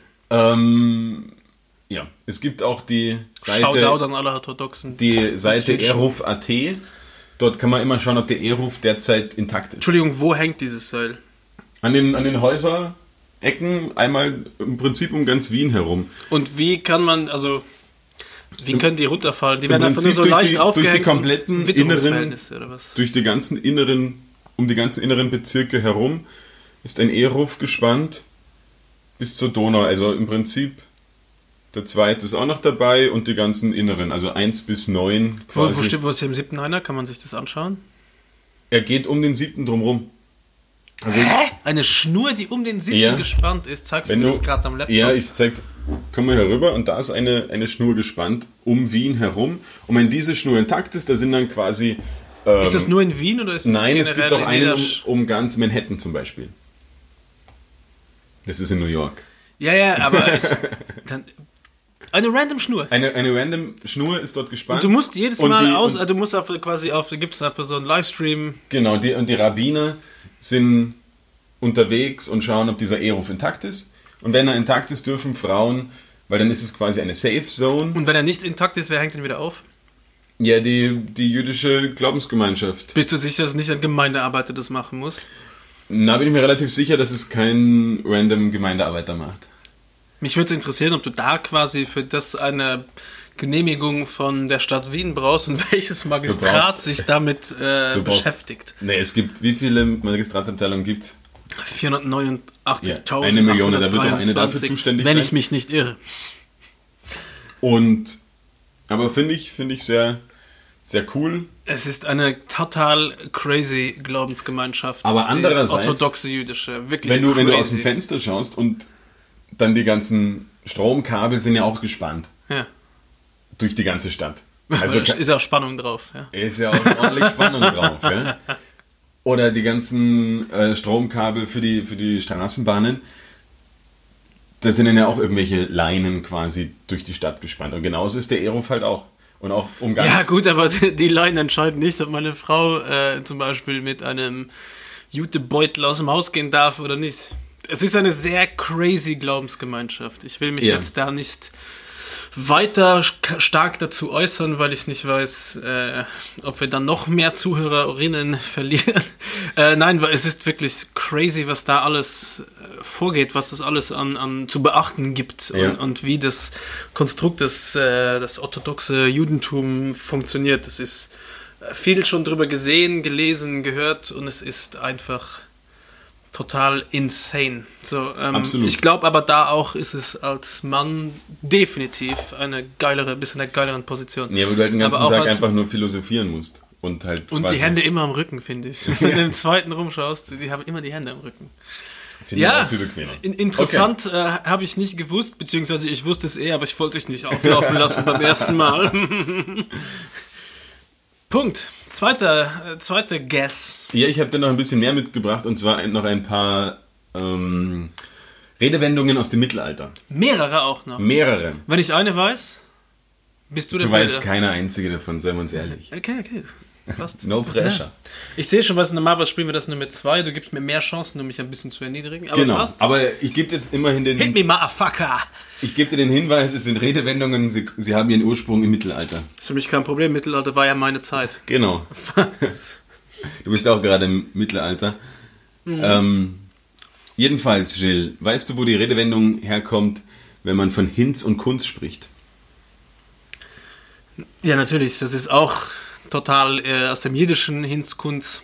Ja, es gibt auch die Shoutout Seite, an alle Orthodoxen. Eruf.at. Dort kann man immer schauen, ob der Eruf derzeit intakt ist. Entschuldigung, wo hängt dieses Seil? An den Häuserecken, einmal im Prinzip um ganz Wien herum. Und wie kann man, also, wie können die runterfallen? Die werden einfach nur Prinzip so leicht aufgehängt. durch die kompletten und Witterungsverhältnisse, oder was? Durch die ganzen um die ganzen inneren Bezirke herum ist ein Eruf gespannt bis zur Donau. Also im Prinzip der zweite ist auch noch dabei und die ganzen inneren, also 1 bis 9 quasi. Wo steht, wo ist hier im 7. einer? Kann man sich das anschauen? Er geht um den 7. drumherum. Also, Eine Schnur, die um den 7. Ja. gespannt ist. Zeigst du mir das gerade am Laptop? Ja, ich zeig, komm mal herüber und da ist eine Schnur gespannt um Wien herum. Und wenn diese Schnur intakt ist, da sind dann quasi... Ist das nur in Wien oder ist es Nein, es gibt auch in einen jeder um ganz Manhattan zum Beispiel. Das ist in New York. Ja, aber dann, eine random Schnur. Eine random Schnur ist dort gespannt. Und du musst jedes Und Mal die- du musst dafür quasi gibt es dafür so einen Livestream. Genau, die Rabbiner sind unterwegs und schauen, ob dieser Eruf intakt ist. Und wenn er intakt ist, dürfen Frauen, weil dann ist es quasi eine Safe Zone. Und wenn er nicht intakt ist, wer hängt ihn wieder auf? Ja, die jüdische Glaubensgemeinschaft. Bist du sicher, dass nicht ein Gemeindearbeiter das machen muss? Na, bin ich mir relativ sicher, dass es kein random Gemeindearbeiter macht. Mich würde interessieren, ob du da quasi für das eine Genehmigung von der Stadt Wien brauchst und welches Magistrat sich damit beschäftigt. Ne, es gibt, wie viele Magistratsabteilungen gibt es? 489.000. Ja, 1 Million, da wird doch eine dafür zuständig wenn sein. ich mich nicht irre. Aber finde ich sehr, sehr cool. Es ist eine total crazy Glaubensgemeinschaft. Aber andererseits, das orthodoxe jüdische, wirklich Wenn du crazy. aus dem Fenster schaust und dann die ganzen Stromkabel sind ja auch gespannt Ja. durch die ganze Stadt. Also Also ist ja auch Spannung drauf. Ja. ist ja auch ordentlich Spannung drauf. Ja? Oder die ganzen Stromkabel für die Straßenbahnen. Da sind dann ja auch irgendwelche Leinen quasi durch die Stadt gespannt. Und genauso ist der Eruf halt auch. Und auch um ganz... Ja gut, aber die Leinen entscheiden nicht, ob meine Frau zum Beispiel mit einem Jutebeutel aus dem Haus gehen darf oder nicht. Es ist eine sehr crazy Glaubensgemeinschaft. Ich will mich jetzt da nicht weiter stark dazu äußern, weil ich nicht weiß, ob wir dann noch mehr Zuhörerinnen verlieren. Nein, weil es ist wirklich crazy, was da alles vorgeht, was es alles an zu beachten gibt und wie das Konstrukt das orthodoxe Judentum funktioniert. Es ist viel schon drüber gesehen, gelesen, gehört und es ist einfach total insane. So, Absolut. Ich glaube aber da auch ist es als Mann definitiv eine bisschen eine geileren Position. Ja, weil du halt den ganzen Aber auch Tag als- einfach nur philosophieren musst. Und halt Und quasi, die Hände immer am Rücken, finde ich. Wenn du im zweiten rumschaust, die haben immer die Hände am Rücken. finde ich Ja, auch viel bequemer. interessant habe ich nicht gewusst, beziehungsweise ich wusste es aber ich wollte dich nicht auflaufen lassen beim ersten Mal. Punkt. Zweiter Guess. Ja, ich habe dir noch ein bisschen mehr mitgebracht und zwar noch ein paar Redewendungen aus dem Mittelalter. Mehrere auch noch. Mehrere. Wenn ich eine weiß, bist du der Du weißt Blöde. keine einzige davon, seien wir uns ehrlich. Okay. Passt. No pressure. Ja. Ich sehe schon, was normalerweise spielen wir das nur mit 2. Du gibst mir mehr Chancen, um mich ein bisschen zu erniedrigen. Aber Genau. passt. Aber ich gebe jetzt immerhin Hit den, me, motherfucker! ich gebe dir den Hinweis, es sind Redewendungen, sie haben ihren Ursprung im Mittelalter. Das ist für mich kein Problem. Mittelalter war ja meine Zeit. Genau. Du bist auch gerade im Mittelalter. Jedenfalls, Jill, weißt du, wo die Redewendung herkommt, wenn man von Hinz und Kunz spricht? Ja, natürlich. Das ist auch total aus dem jiddischen Hinz-Kunz.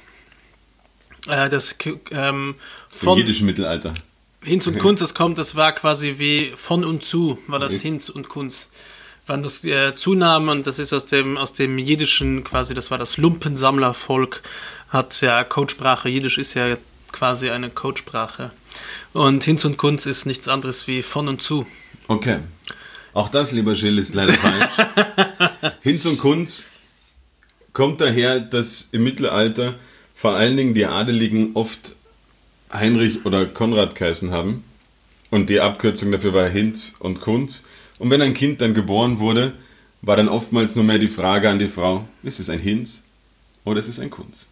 Vom Von jiddischen Mittelalter. Hinz und Kunz, das war quasi wie von und zu, war das Hinz und Kunz. Waren das Zunahmen und das ist aus dem Jiddischen quasi, das war das Lumpensammlervolk, hat ja Codesprache, Jiddisch ist ja quasi eine Codesprache. Und Hinz und Kunz ist nichts anderes wie von und zu. Okay. Auch das, lieber Jill, ist leider falsch. Hinz und Kunz kommt daher, dass im Mittelalter vor allen Dingen die Adeligen oft Heinrich oder Konrad geheißen haben. Und die Abkürzung dafür war Hinz und Kunz. Und wenn ein Kind dann geboren wurde, war dann oftmals nur mehr die Frage an die Frau, ist es ein Hinz oder ist es ein Kunz?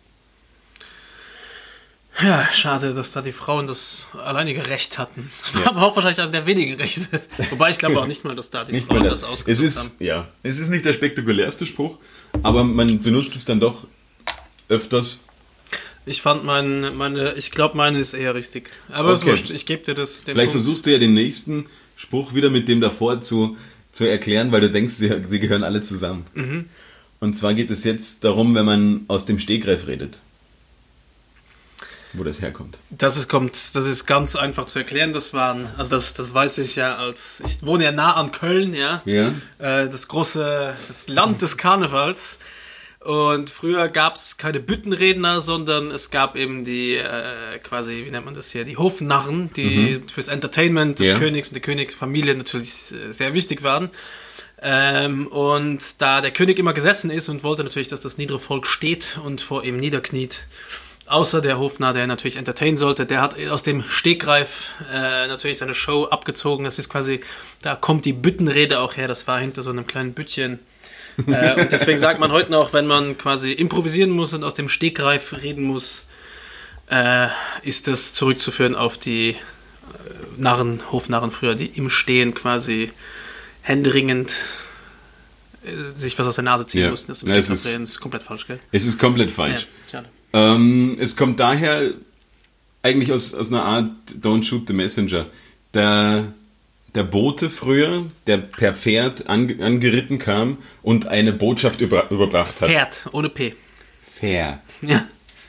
Ja, schade, dass da die Frauen das alleinige Recht hatten. Das war aber auch wahrscheinlich einer der wenigen Rechte. Wobei ich glaube auch nicht mal, dass da die Frauen das ausgesucht haben. Ja, es ist nicht der spektakulärste Spruch, aber man benutzt es dann doch öfters. Ich fand ich glaube, meine ist eher richtig. Aber es ist wurscht, ich gebe dir das. Vielleicht versuchst du ja den nächsten Spruch wieder mit dem davor zu erklären, weil du denkst, sie gehören alle zusammen. Mhm. Und zwar geht es jetzt darum, wenn man aus dem Stegreif redet. Wo das herkommt. Das ist ganz einfach zu erklären. Das weiß ich ja ich wohne ja nah an Köln, ja. Das Land des Karnevals. Und früher gab es keine Büttenredner, sondern es gab eben die, quasi, wie nennt man das hier, die Hofnarren, die fürs Entertainment des Königs und der Königsfamilie natürlich sehr wichtig waren. Und da der König immer gesessen ist und wollte natürlich, dass das niedere Volk steht und vor ihm niederkniet, außer der Hofnarr, der natürlich entertainen sollte, der hat aus dem Stegreif natürlich seine Show abgezogen. Das ist quasi, da kommt die Büttenrede auch her, das war hinter so einem kleinen Büttchen. Und deswegen sagt man heute noch, wenn man quasi improvisieren muss und aus dem Stegreif reden muss, ist das zurückzuführen auf die Hofnarren früher, die im Stehen quasi händeringend sich was aus der Nase ziehen mussten. Das ist komplett falsch, gell? Es ist komplett falsch. Ja, schade. Es kommt daher eigentlich aus einer Art Don't shoot the messenger. Der Bote früher, der per Pferd angeritten kam und eine Botschaft überbracht hat. Pferd, ohne P. Pferd. Ja.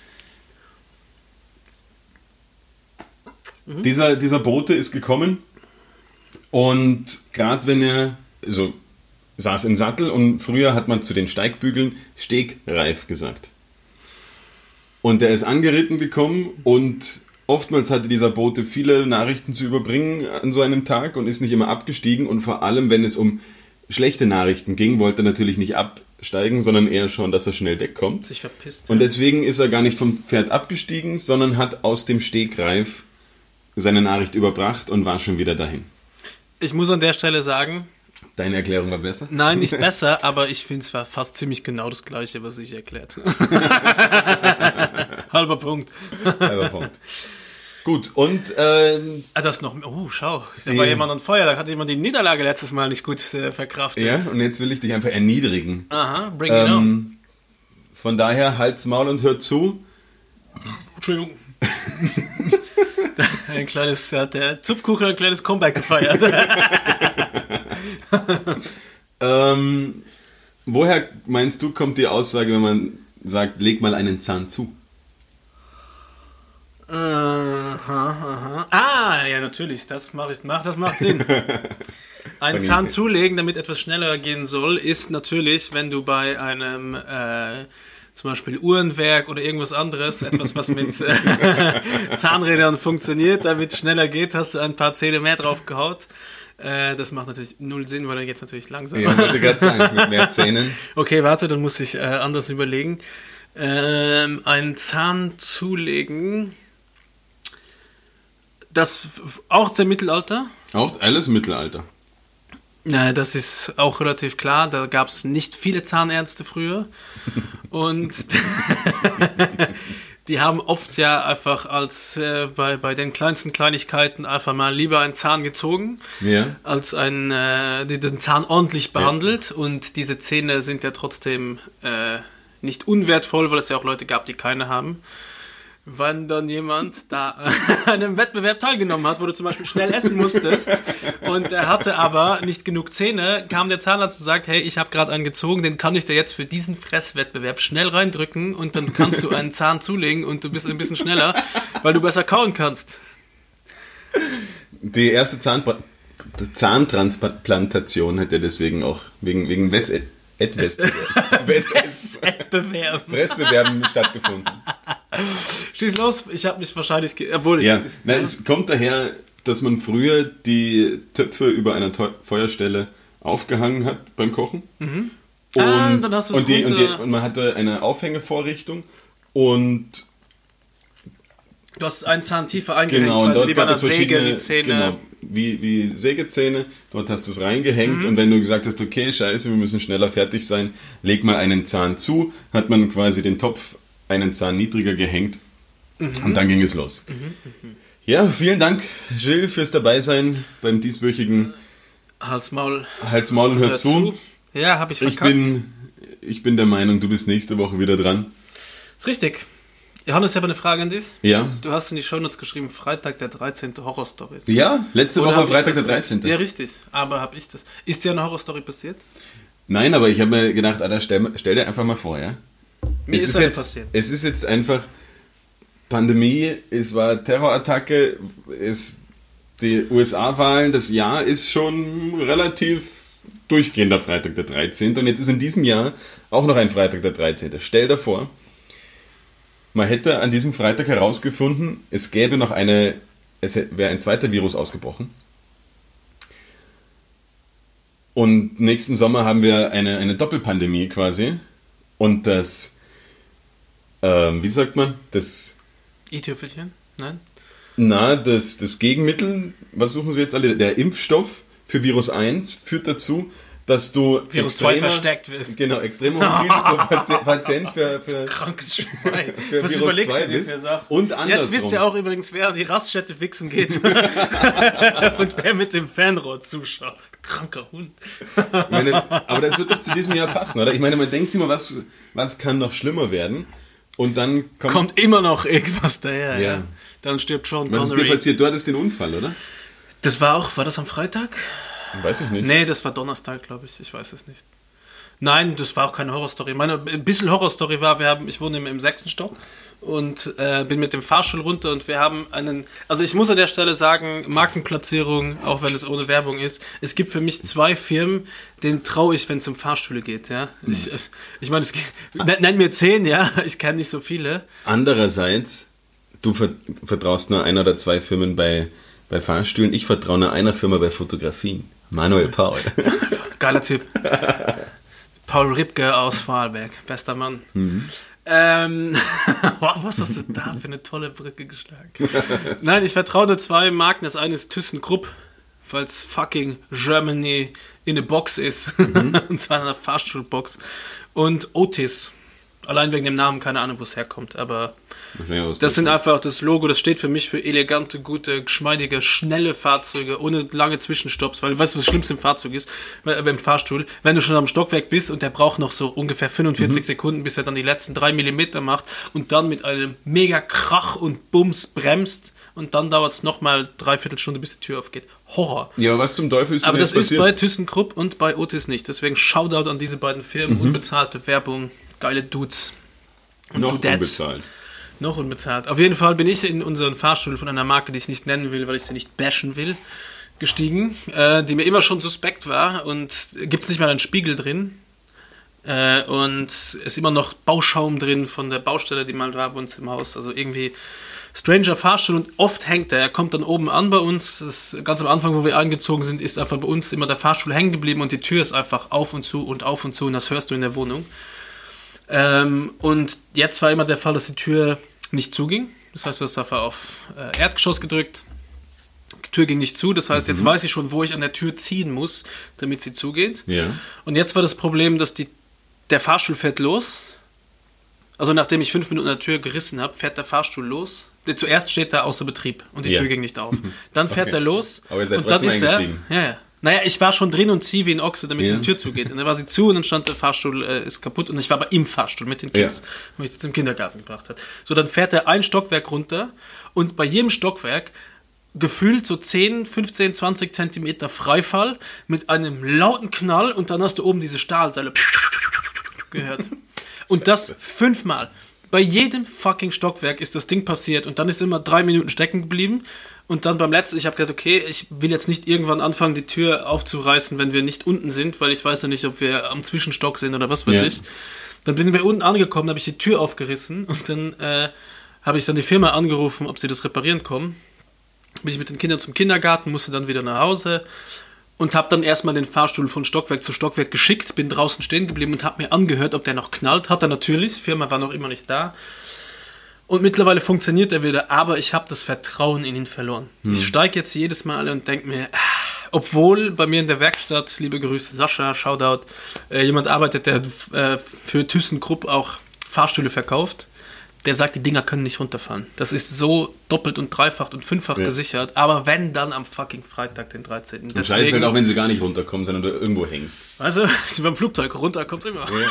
Dieser Bote ist gekommen und gerade wenn er saß im Sattel und früher hat man zu den Steigbügeln Stegreif gesagt. Und er ist angeritten gekommen und oftmals hatte dieser Bote viele Nachrichten zu überbringen an so einem Tag und ist nicht immer abgestiegen. Und vor allem, wenn es um schlechte Nachrichten ging, wollte er natürlich nicht absteigen, sondern eher schauen, dass er schnell wegkommt. Sich verpisst. Und deswegen ist er gar nicht vom Pferd abgestiegen, sondern hat aus dem Stegreif seine Nachricht überbracht und war schon wieder dahin. Ich muss an der Stelle sagen... Deine Erklärung war besser? Nein, nicht besser, aber ich finde es war fast ziemlich genau das Gleiche, was ich erklärt. Halber Punkt. Gut, und... das noch... schau, da war jemand an Feuer, da hat jemand die Niederlage letztes Mal nicht gut verkraftet. Ja, und jetzt will ich dich einfach erniedrigen. Aha, bring it on. Von daher, halt's Maul und hört zu. Entschuldigung. Der Zupfkuchen hat ein kleines Comeback gefeiert. Woher meinst du, kommt die Aussage, wenn man sagt, leg mal einen Zahn zu? Ja, natürlich, das macht Sinn. Einen Zahn zulegen, damit etwas schneller gehen soll, ist natürlich, wenn du bei einem zum Beispiel Uhrenwerk oder irgendwas anderes, etwas, was mit Zahnrädern funktioniert, damit es schneller geht, hast du ein paar Zähne mehr drauf gehaut. Das macht natürlich null Sinn, weil dann geht es natürlich langsamer. Ja, wollte gerade sagen, mit mehr Zähnen. Okay, warte, dann muss ich anders überlegen. Einen Zahn zulegen, das auch aus dem Mittelalter? Auch alles Mittelalter. Ja, das ist auch relativ klar. Da gab es nicht viele Zahnärzte früher. Und die haben oft ja einfach bei den kleinsten Kleinigkeiten einfach mal lieber einen Zahn gezogen, als den Zahn ordentlich behandelt. Ja. Und diese Zähne sind ja trotzdem nicht unwertvoll, weil es ja auch Leute gab, die keine haben. Wenn dann jemand da an einem Wettbewerb teilgenommen hat, wo du zum Beispiel schnell essen musstest und er hatte aber nicht genug Zähne, kam der Zahnarzt und sagt, hey, ich habe gerade einen gezogen, den kann ich dir jetzt für diesen Fresswettbewerb schnell reindrücken und dann kannst du einen Zahn zulegen und du bist ein bisschen schneller, weil du besser kauen kannst. Die erste Zahntransplantation hat ja deswegen auch wegen Wettbewerben stattgefunden. Schieß los, ich habe mich wahrscheinlich... Es kommt daher, dass man früher die Töpfe über einer Feuerstelle aufgehangen hat beim Kochen. Mhm. Und man hatte eine Aufhängevorrichtung Und Du hast einen Zahn tiefer eingehängt, genau, und quasi dort wie bei gab einer es Säge, verschiedene, die Zähne. genau, wie Sägezähne, dort hast du es reingehängt und wenn du gesagt hast, okay, scheiße, wir müssen schneller fertig sein, leg mal einen Zahn zu, hat man quasi den Topf einen Zahn niedriger gehängt und dann ging es los. Ja, vielen Dank, Gilles, fürs Dabeisein beim dieswöchigen Hals, Maul, und hör zu. Ja, habe ich verkackt. Ich bin der Meinung, du bist nächste Woche wieder dran. Ist richtig. Johannes, ich habe eine Frage an dich. Ja? Du hast in die Shownotes geschrieben, Freitag der 13. Horrorstories. Ja, letzte Oder Woche hab ich Freitag das der 13. Ja, richtig. Aber habe ich das. Ist dir eine Horrorstory passiert? Nein, aber ich habe mir gedacht, Alter, stell dir einfach mal vor, ja? Mir ist eine passiert. Es ist jetzt einfach Pandemie, es war Terrorattacke, die USA-Wahlen, das Jahr ist schon relativ durchgehender Freitag der 13. Und jetzt ist in diesem Jahr auch noch ein Freitag der 13. Stell dir vor, man hätte an diesem Freitag herausgefunden, es wäre ein zweiter Virus ausgebrochen. Und nächsten Sommer haben wir eine Doppelpandemie quasi. Und das, wie sagt man, das... i-Tüpfelchen? Nein? Das Gegenmittel, was suchen Sie jetzt alle? Der Impfstoff für Virus 1 führt dazu, dass du Virus 2 verstärkt wirst. Genau, extrem Risikopatient für Krankes Schwein. für Was Virus überlegst 2 du dir bist. für Sachen? Und andersrum. Jetzt wisst ihr auch übrigens, wer an die Raststätte wichsen geht. Und wer mit dem Fernrohr zuschaut. Kranker Hund. Aber das wird doch zu diesem Jahr passen, oder? Ich meine, man denkt sich immer, was kann noch schlimmer werden? Und dann kommt immer noch irgendwas daher. Ja. Ja. Dann stirbt Sean Was ist Connery. dir passiert? Du hattest den Unfall, oder? Das war das am Freitag? Weiß ich nicht. Nee, das war Donnerstag, glaube ich weiß es nicht. Nein, das war auch keine Horrorstory. Meine, ein bisschen Horrorstory war, ich wohne im 6. Stock und bin mit dem Fahrstuhl runter und wir haben also ich muss an der Stelle sagen, Markenplatzierung, auch wenn es ohne Werbung ist, es gibt für mich 2 Firmen, denen traue ich, wenn es um Fahrstühle geht, ja. Ich meine, nenn mir 10, ja, ich kenne nicht so viele. Andererseits, du vertraust nur 1 oder 2 Firmen bei Fahrstühlen, ich vertraue nur einer Firma bei Fotografien. Manuel Paul. Geiler Typ. Paul Ripke aus Vorarlberg. Bester Mann. Wow, was hast du da für eine tolle Brücke geschlagen? Nein, ich vertraue nur 2 Marken. Das eine ist ThyssenKrupp, weil es fucking Germany in a Box ist. Und zwar in einer Fahrstuhlbox. Und Otis. Allein wegen dem Namen, keine Ahnung, wo es herkommt, aber das sind einfach das Logo, das steht für mich für elegante, gute, geschmeidige, schnelle Fahrzeuge, ohne lange Zwischenstopps, weil weißt du, was das Schlimmste im Fahrzeug ist, im Fahrstuhl, wenn du schon am Stockwerk bist und der braucht noch so ungefähr 45 Sekunden, bis er dann die letzten 3 Millimeter macht und dann mit einem mega Krach und Bums bremst und dann dauert es nochmal 3/4 Stunde, bis die Tür aufgeht. Horror. Ja, was zum Teufel ist aber das passiert? ist bei ThyssenKrupp und bei Otis nicht, deswegen Shoutout an diese beiden Firmen, unbezahlte Werbung. Geile Dudes. Und noch Dudettes. unbezahlt. Noch unbezahlt. Auf jeden Fall bin ich in unseren Fahrstuhl von einer Marke, die ich nicht nennen will, weil ich sie nicht bashen will, gestiegen, die mir immer schon suspekt war und gibt es nicht mal einen Spiegel drin und ist immer noch Bauschaum drin von der Baustelle, die mal war bei uns im Haus. Also irgendwie stranger Fahrstuhl und oft hängt er kommt dann oben an bei uns. Ganz am Anfang, wo wir eingezogen sind, ist einfach bei uns immer der Fahrstuhl hängen geblieben und die Tür ist einfach auf und zu und das hörst du in der Wohnung. Und jetzt war immer der Fall, dass die Tür nicht zuging. Das heißt, du hast einfach auf Erdgeschoss gedrückt. Die Tür ging nicht zu. Das heißt, jetzt weiß ich schon, wo ich an der Tür ziehen muss, damit sie zugeht. Ja. Und jetzt war das Problem, dass der Fahrstuhl fährt los. Also nachdem ich 5 Minuten an der Tür gerissen habe, fährt der Fahrstuhl los. Zuerst steht er außer Betrieb und die Tür ging nicht auf. Dann fährt er los. Aber ihr seid und dann trotzdem ist er. eingestiegen. Ja. Naja, ich war schon drin und ziehe wie ein Ochse, damit diese Tür zugeht. Und dann war sie zu und dann stand der Fahrstuhl ist kaputt und ich war aber im Fahrstuhl mit den Kids, weil ich sie zum Kindergarten gebracht habe. So, dann fährt er ein Stockwerk runter und bei jedem Stockwerk gefühlt so 10, 15, 20 Zentimeter Freifall mit einem lauten Knall und dann hast du oben diese Stahlseile gehört. Und das 5-mal. Bei jedem fucking Stockwerk ist das Ding passiert und dann ist immer 3 Minuten stecken geblieben. Und dann beim letzten, ich habe gedacht, okay, ich will jetzt nicht irgendwann anfangen, die Tür aufzureißen, wenn wir nicht unten sind, weil ich weiß ja nicht, ob wir am Zwischenstock sind oder was weiß ich. Dann sind wir unten angekommen, habe ich die Tür aufgerissen und dann habe ich dann die Firma angerufen, ob sie das reparieren kommen. Bin ich mit den Kindern zum Kindergarten, musste dann wieder nach Hause und habe dann erstmal den Fahrstuhl von Stockwerk zu Stockwerk geschickt, bin draußen stehen geblieben und habe mir angehört, ob der noch knallt. Hat er natürlich, die Firma war noch immer nicht da. Und mittlerweile funktioniert er wieder, aber ich habe das Vertrauen in ihn verloren. Ich steige jetzt jedes Mal und denke mir, obwohl bei mir in der Werkstatt, liebe Grüße Sascha, Shoutout, jemand arbeitet, der für ThyssenKrupp auch Fahrstühle verkauft, der sagt, die Dinger können nicht runterfahren. Das ist so doppelt und dreifach und fünffach gesichert, aber wenn, dann am fucking Freitag, den 13. Das heißt halt auch, wenn sie gar nicht runterkommen, sondern du irgendwo hängst. Also, sie beim Flugzeug runter, kommt immer. Ja.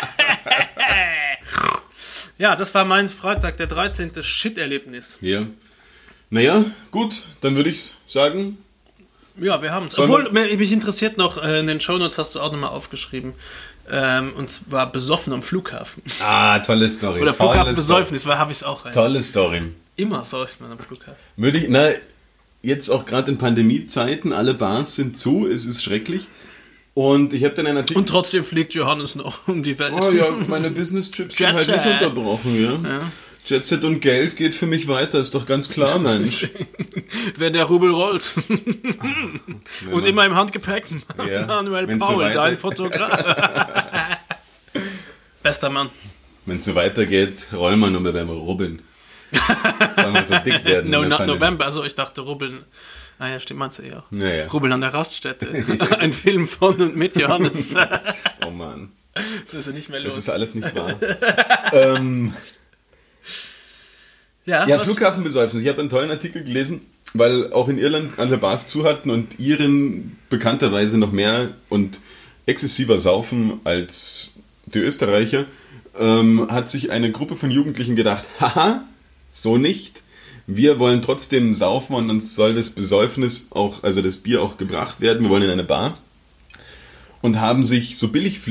Ja, das war mein Freitag, der 13. Shit-Erlebnis. Ja. Naja, gut, dann würde ich sagen... Ja, wir haben es. Sollen Obwohl, mich interessiert noch, in den Shownotes hast du auch nochmal aufgeschrieben, und zwar besoffen am Flughafen. Ah, tolle Story. Oder Flughafenbesäufnis, weil habe ich es auch. Tolle Story. Immer säuft man am Flughafen. Würde ich, jetzt auch gerade in Pandemiezeiten, alle Bars sind zu, es ist schrecklich. Und ich habe dann einen Artikel... Und trotzdem fliegt Johannes noch um die Welt. Oh ja, meine Business-Trips sind halt nicht unterbrochen, ja. Jetset und Geld geht für mich weiter, ist doch ganz klar, Mensch. Wenn der Rubel rollt. Und immer im Handgepäck Manuel Paul, dein Fotograf. Bester Mann. Wenn es so weitergeht, rollen wir nur mehr beim Rubbeln. Weil wir so dick werden. No, not November, also ich dachte Rubbeln. Ah ja, stimmt, meinst du ja. Ja. Rubbeln an der Raststätte. Ein Film von und mit Johannes. Oh Mann. So ist er nicht mehr los. Das ist alles nicht wahr. Ja, Flughafenbesäufnis. Ich habe einen tollen Artikel gelesen, weil auch in Irland alle Bars zu hatten und Iren bekannterweise noch mehr und exzessiver saufen als die Österreicher, hat sich eine Gruppe von Jugendlichen gedacht, haha, so nicht. Wir wollen trotzdem saufen und uns soll das Besäufnis auch, also das Bier auch gebracht werden. Wir wollen in eine Bar. Und haben sich so billig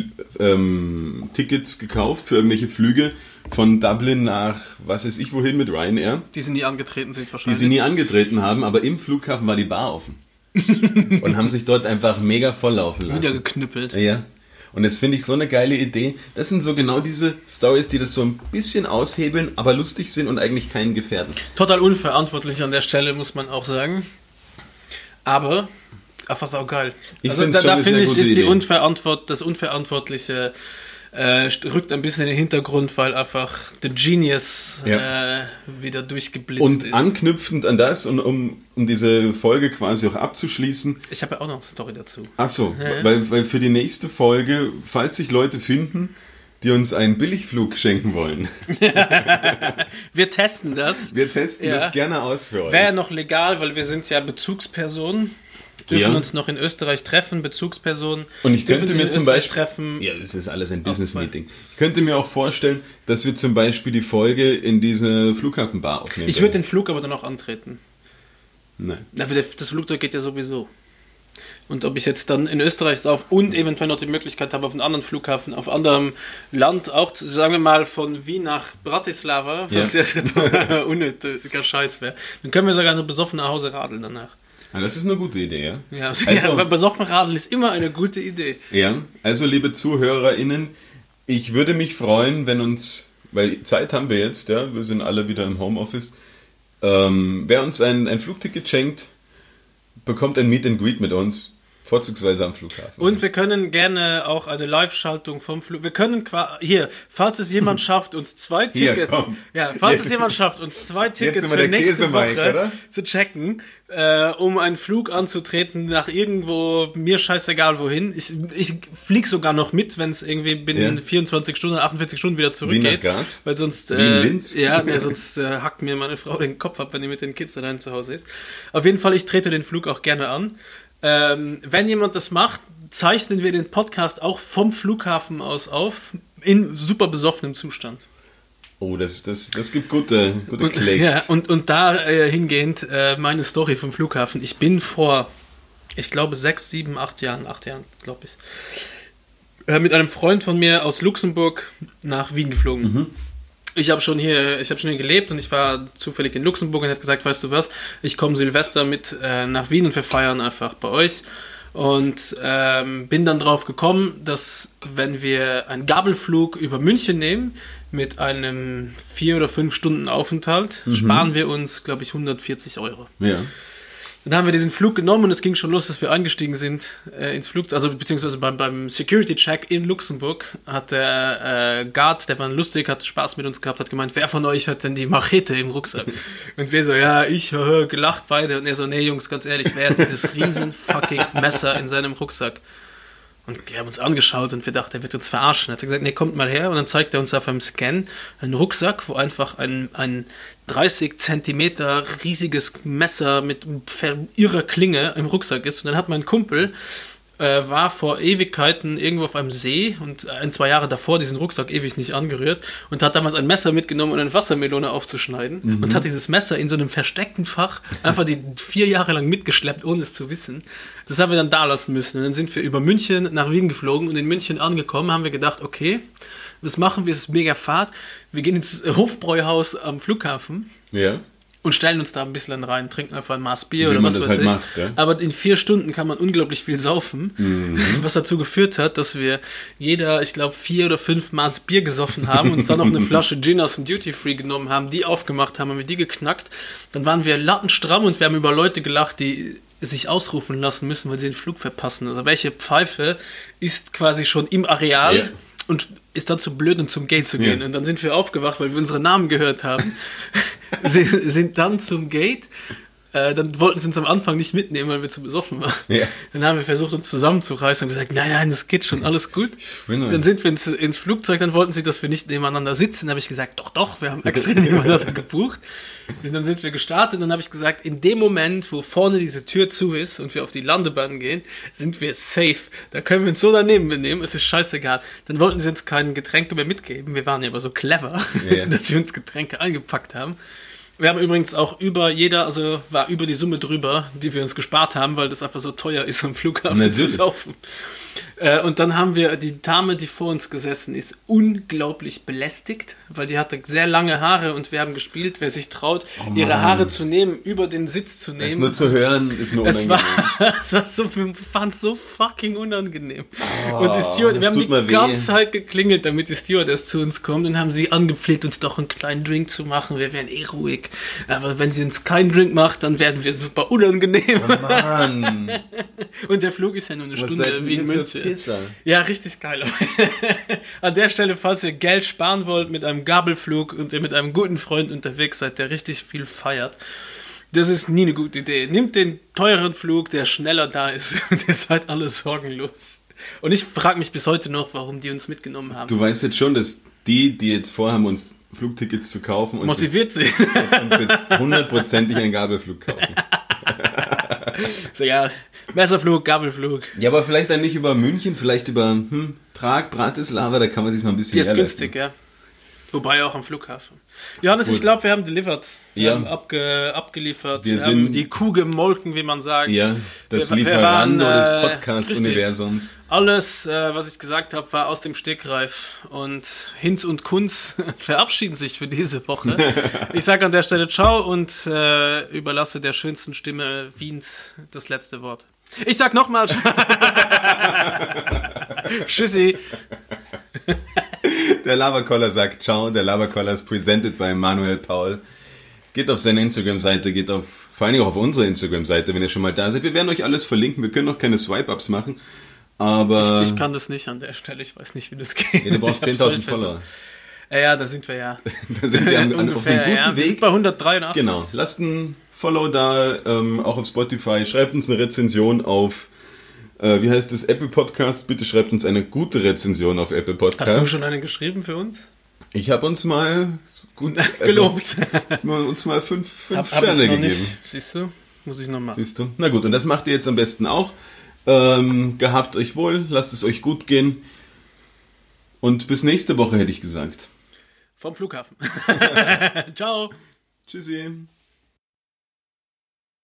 Tickets gekauft für irgendwelche Flüge von Dublin nach, was weiß ich wohin, mit Ryanair. Die sie nie angetreten sind Die wahrscheinlich. sie nie angetreten haben, aber im Flughafen war die Bar offen. Und haben sich dort einfach mega volllaufen lassen. Wieder geknüppelt. Ja. Und das finde ich so eine geile Idee. Das sind so genau diese Stories, die das so ein bisschen aushebeln, aber lustig sind und eigentlich keinen gefährden. Total unverantwortlich an der Stelle, muss man auch sagen. Aber, was auch geil. Ich also find's schon da eine finde sehr ich, gute ist die Idee. das Unverantwortliche rückt ein bisschen in den Hintergrund, weil einfach der Genius wieder durchgeblitzt Und ist. anknüpfend an das und um diese Folge quasi auch abzuschließen. Ich habe ja auch noch eine Story dazu. Achso, weil für die nächste Folge, falls sich Leute finden, die uns einen Billigflug schenken wollen. Wir testen das. Wir testen das gerne aus für euch. Wäre noch legal, weil wir sind ja Bezugspersonen. Dürfen uns noch in Österreich treffen, Bezugspersonen. Und ich könnte mir zum Beispiel treffen. Ja, das ist alles ein Business-Meeting. Ich könnte mir auch vorstellen, dass wir zum Beispiel die Folge in diese Flughafenbar aufnehmen. Ich würde den Flug aber dann auch antreten. Nein. Das Flugzeug geht ja sowieso. Und ob ich jetzt dann in Österreich sauf und eventuell noch die Möglichkeit habe, auf einem anderen Flughafen, auf anderem Land, auch, sagen wir mal, von Wien nach Bratislava, was ja total unnötiger Scheiß wäre, dann können wir sogar nur besoffen nach Hause radeln danach. Ah, das ist eine gute Idee, ja? Ja, weil besoffen radeln ist immer eine gute Idee. Ja, also liebe ZuhörerInnen, ich würde mich freuen, wenn uns, weil Zeit haben wir jetzt, ja, wir sind alle wieder im Homeoffice, wer uns ein Flugticket schenkt, bekommt ein Meet and Greet mit uns, vorzugsweise am Flughafen. Und wir können gerne auch eine Live-Schaltung vom Flug. Wir können falls es jemand schafft, uns 2 Tickets. Es jemand schafft, uns 2 Tickets für nächste Woche zu checken, um einen Flug anzutreten nach irgendwo, mir scheißegal wohin. Ich fliege sogar noch mit, wenn es irgendwie binnen 24 Stunden, 48 Stunden wieder zurückgeht. Wie nach Graz? Weil sonst, Wie in Linz? sonst hackt mir meine Frau den Kopf ab, wenn die mit den Kids allein zu Hause ist. Auf jeden Fall, ich trete den Flug auch gerne an. Wenn jemand das macht, zeichnen wir den Podcast auch vom Flughafen aus auf, in super besoffenem Zustand. Oh, das gibt gute Klicks. Ja, und da hingehend meine Story vom Flughafen. Ich bin vor, ich glaube, 8 Jahren, glaube ich, mit einem Freund von mir aus Luxemburg nach Wien geflogen. Mhm. Ich habe schon hier gelebt und ich war zufällig in Luxemburg und habe gesagt, weißt du was, ich komme Silvester mit nach Wien und wir feiern einfach bei euch. Und bin dann drauf gekommen, dass wenn wir einen Gabelflug über München nehmen, mit einem 4 oder 5 Stunden Aufenthalt, sparen wir uns, glaube ich, 140 €. Ja. Dann haben wir diesen Flug genommen und es ging schon los, dass wir eingestiegen sind ins Flugzeug, also beziehungsweise beim Security-Check in Luxemburg hat der Guard, der war lustig, hat Spaß mit uns gehabt, hat gemeint, wer von euch hat denn die Machete im Rucksack? Und wir so, ja, ich, gelacht beide. Und er so, nee Jungs, ganz ehrlich, wer hat dieses riesen fucking Messer in seinem Rucksack? Und wir haben uns angeschaut und wir dachten, er wird uns verarschen. Er hat gesagt, nee, kommt mal her. Und dann zeigt er uns auf einem Scan einen Rucksack, wo einfach ein 30 Zentimeter riesiges Messer mit irrer Klinge im Rucksack ist. Und dann hat mein Kumpel, war vor Ewigkeiten irgendwo auf einem See und 2 Jahre davor diesen Rucksack ewig nicht angerührt und hat damals ein Messer mitgenommen, um eine Wassermelone aufzuschneiden und hat dieses Messer in so einem versteckten Fach einfach die 4 Jahre lang mitgeschleppt, ohne es zu wissen. Das haben wir dann da lassen müssen. Und dann sind wir über München nach Wien geflogen und in München angekommen, haben wir gedacht, okay, was machen wir? Es ist mega Fahrt. Wir gehen ins Hofbräuhaus am Flughafen. Ja. Und stellen uns da ein bisschen rein, trinken einfach ein Maß Bier Wie oder man was das weiß halt ich. macht, ja. Aber in 4 Stunden kann man unglaublich viel saufen, was dazu geführt hat, dass wir jeder, ich glaube, 4 oder 5 Maß Bier gesoffen haben, uns dann noch eine Flasche Gin aus dem Duty Free genommen haben, die aufgemacht haben, haben wir die geknackt. Dann waren wir lattenstramm und wir haben über Leute gelacht, die sich ausrufen lassen müssen, weil sie den Flug verpassen. Also welche Pfeife ist quasi schon im Areal und ist dann zu blöd, um zum Gate zu gehen. Und dann sind wir aufgewacht, weil wir unsere Namen gehört haben. sind dann zum Gate. Dann wollten sie uns am Anfang nicht mitnehmen, weil wir zu besoffen waren. Ja. Dann haben wir versucht, uns zusammenzureißen und gesagt, nein, das geht schon, alles gut. Dann sind wir ins Flugzeug, dann wollten sie, dass wir nicht nebeneinander sitzen. Dann habe ich gesagt, doch, wir haben extra nebeneinander gebucht. Und dann sind wir gestartet und dann habe ich gesagt, in dem Moment, wo vorne diese Tür zu ist und wir auf die Landebahn gehen, sind wir safe. Da können wir uns so daneben benehmen, es ist scheißegal. Dann wollten sie uns keine Getränke mehr mitgeben. Wir waren ja aber so clever, dass wir uns Getränke eingepackt haben. Wir haben übrigens auch war über die Summe drüber, die wir uns gespart haben, weil das einfach so teuer ist, am Flughafen zu saufen. Und dann haben wir die Dame, die vor uns gesessen ist, unglaublich belästigt, weil die hatte sehr lange Haare und wir haben gespielt, wer sich traut, ihre Haare zu nehmen, über den Sitz zu nehmen. Das nur zu hören ist mir unangenehm. Wir fanden es so fucking unangenehm. Und die Steward, wir haben die ganze Zeit geklingelt, damit die Stewardess zu uns kommt und haben sie angefleht, uns doch einen kleinen Drink zu machen. Wir wären ruhig. Aber wenn sie uns keinen Drink macht, dann werden wir super unangenehm. Oh Mann. Und der Flug ist ja nur eine Stunde wie in München. Ja, richtig geil. An der Stelle, falls ihr Geld sparen wollt mit einem Gabelflug und ihr mit einem guten Freund unterwegs seid, der richtig viel feiert, das ist nie eine gute Idee. Nehmt den teuren Flug, der schneller da ist und ihr seid alle sorgenlos. Und ich frage mich bis heute noch, warum die uns mitgenommen haben. Du weißt jetzt schon, dass die jetzt vorhaben, uns Flugtickets zu kaufen, motiviert sind. Uns jetzt 100%ig einen Gabelflug kaufen. So, ja, Messerflug, Gabelflug. Ja, aber vielleicht dann nicht über München, vielleicht über Prag, Bratislava, da kann man sich noch ein bisschen mehr leisten. Hier ist günstig, ja. Wobei auch am Flughafen. Johannes, gut. Ich glaube, wir haben delivered. Wir haben abgeliefert. Wir haben die Kuh gemolken, wie man sagt. Ja, das Lieferando des Podcast-Universums. Alles, was ich gesagt habe, war aus dem Stegreif. Und Hinz und Kunz verabschieden sich für diese Woche. Ich sage an der Stelle ciao und überlasse der schönsten Stimme Wiens das letzte Wort. Ich sag nochmal Tschüssi. Der Laberkoller sagt ciao. Der Laberkoller ist presented by Manuel Paul. Geht auf seine Instagram-Seite, geht vor allen Dingen auch auf unsere Instagram-Seite, wenn ihr schon mal da seid. Wir werden euch alles verlinken. Wir können noch keine Swipe-Ups machen. Aber ich kann das nicht an der Stelle. Ich weiß nicht, wie das geht. Ja, du brauchst 10.000 Follower. Ja, da sind wir ja. Da sind wir ungefähr, auf einem guten Weg. Wir sind bei 183. Genau. Lasst ein Follow da, auch auf Spotify. Schreibt uns eine Rezension auf wie heißt das? Apple Podcast. Bitte schreibt uns eine gute Rezension auf Apple Podcast. Hast du schon eine geschrieben für uns? Ich habe uns mal gut gelobt. Uns mal 5 Sterne gegeben. Nicht. Siehst du? Muss ich noch machen. Siehst du? Na gut, und das macht ihr jetzt am besten auch. Gehabt euch wohl, lasst es euch gut gehen. Und bis nächste Woche, hätte ich gesagt. Vom Flughafen. Ciao. Tschüssi.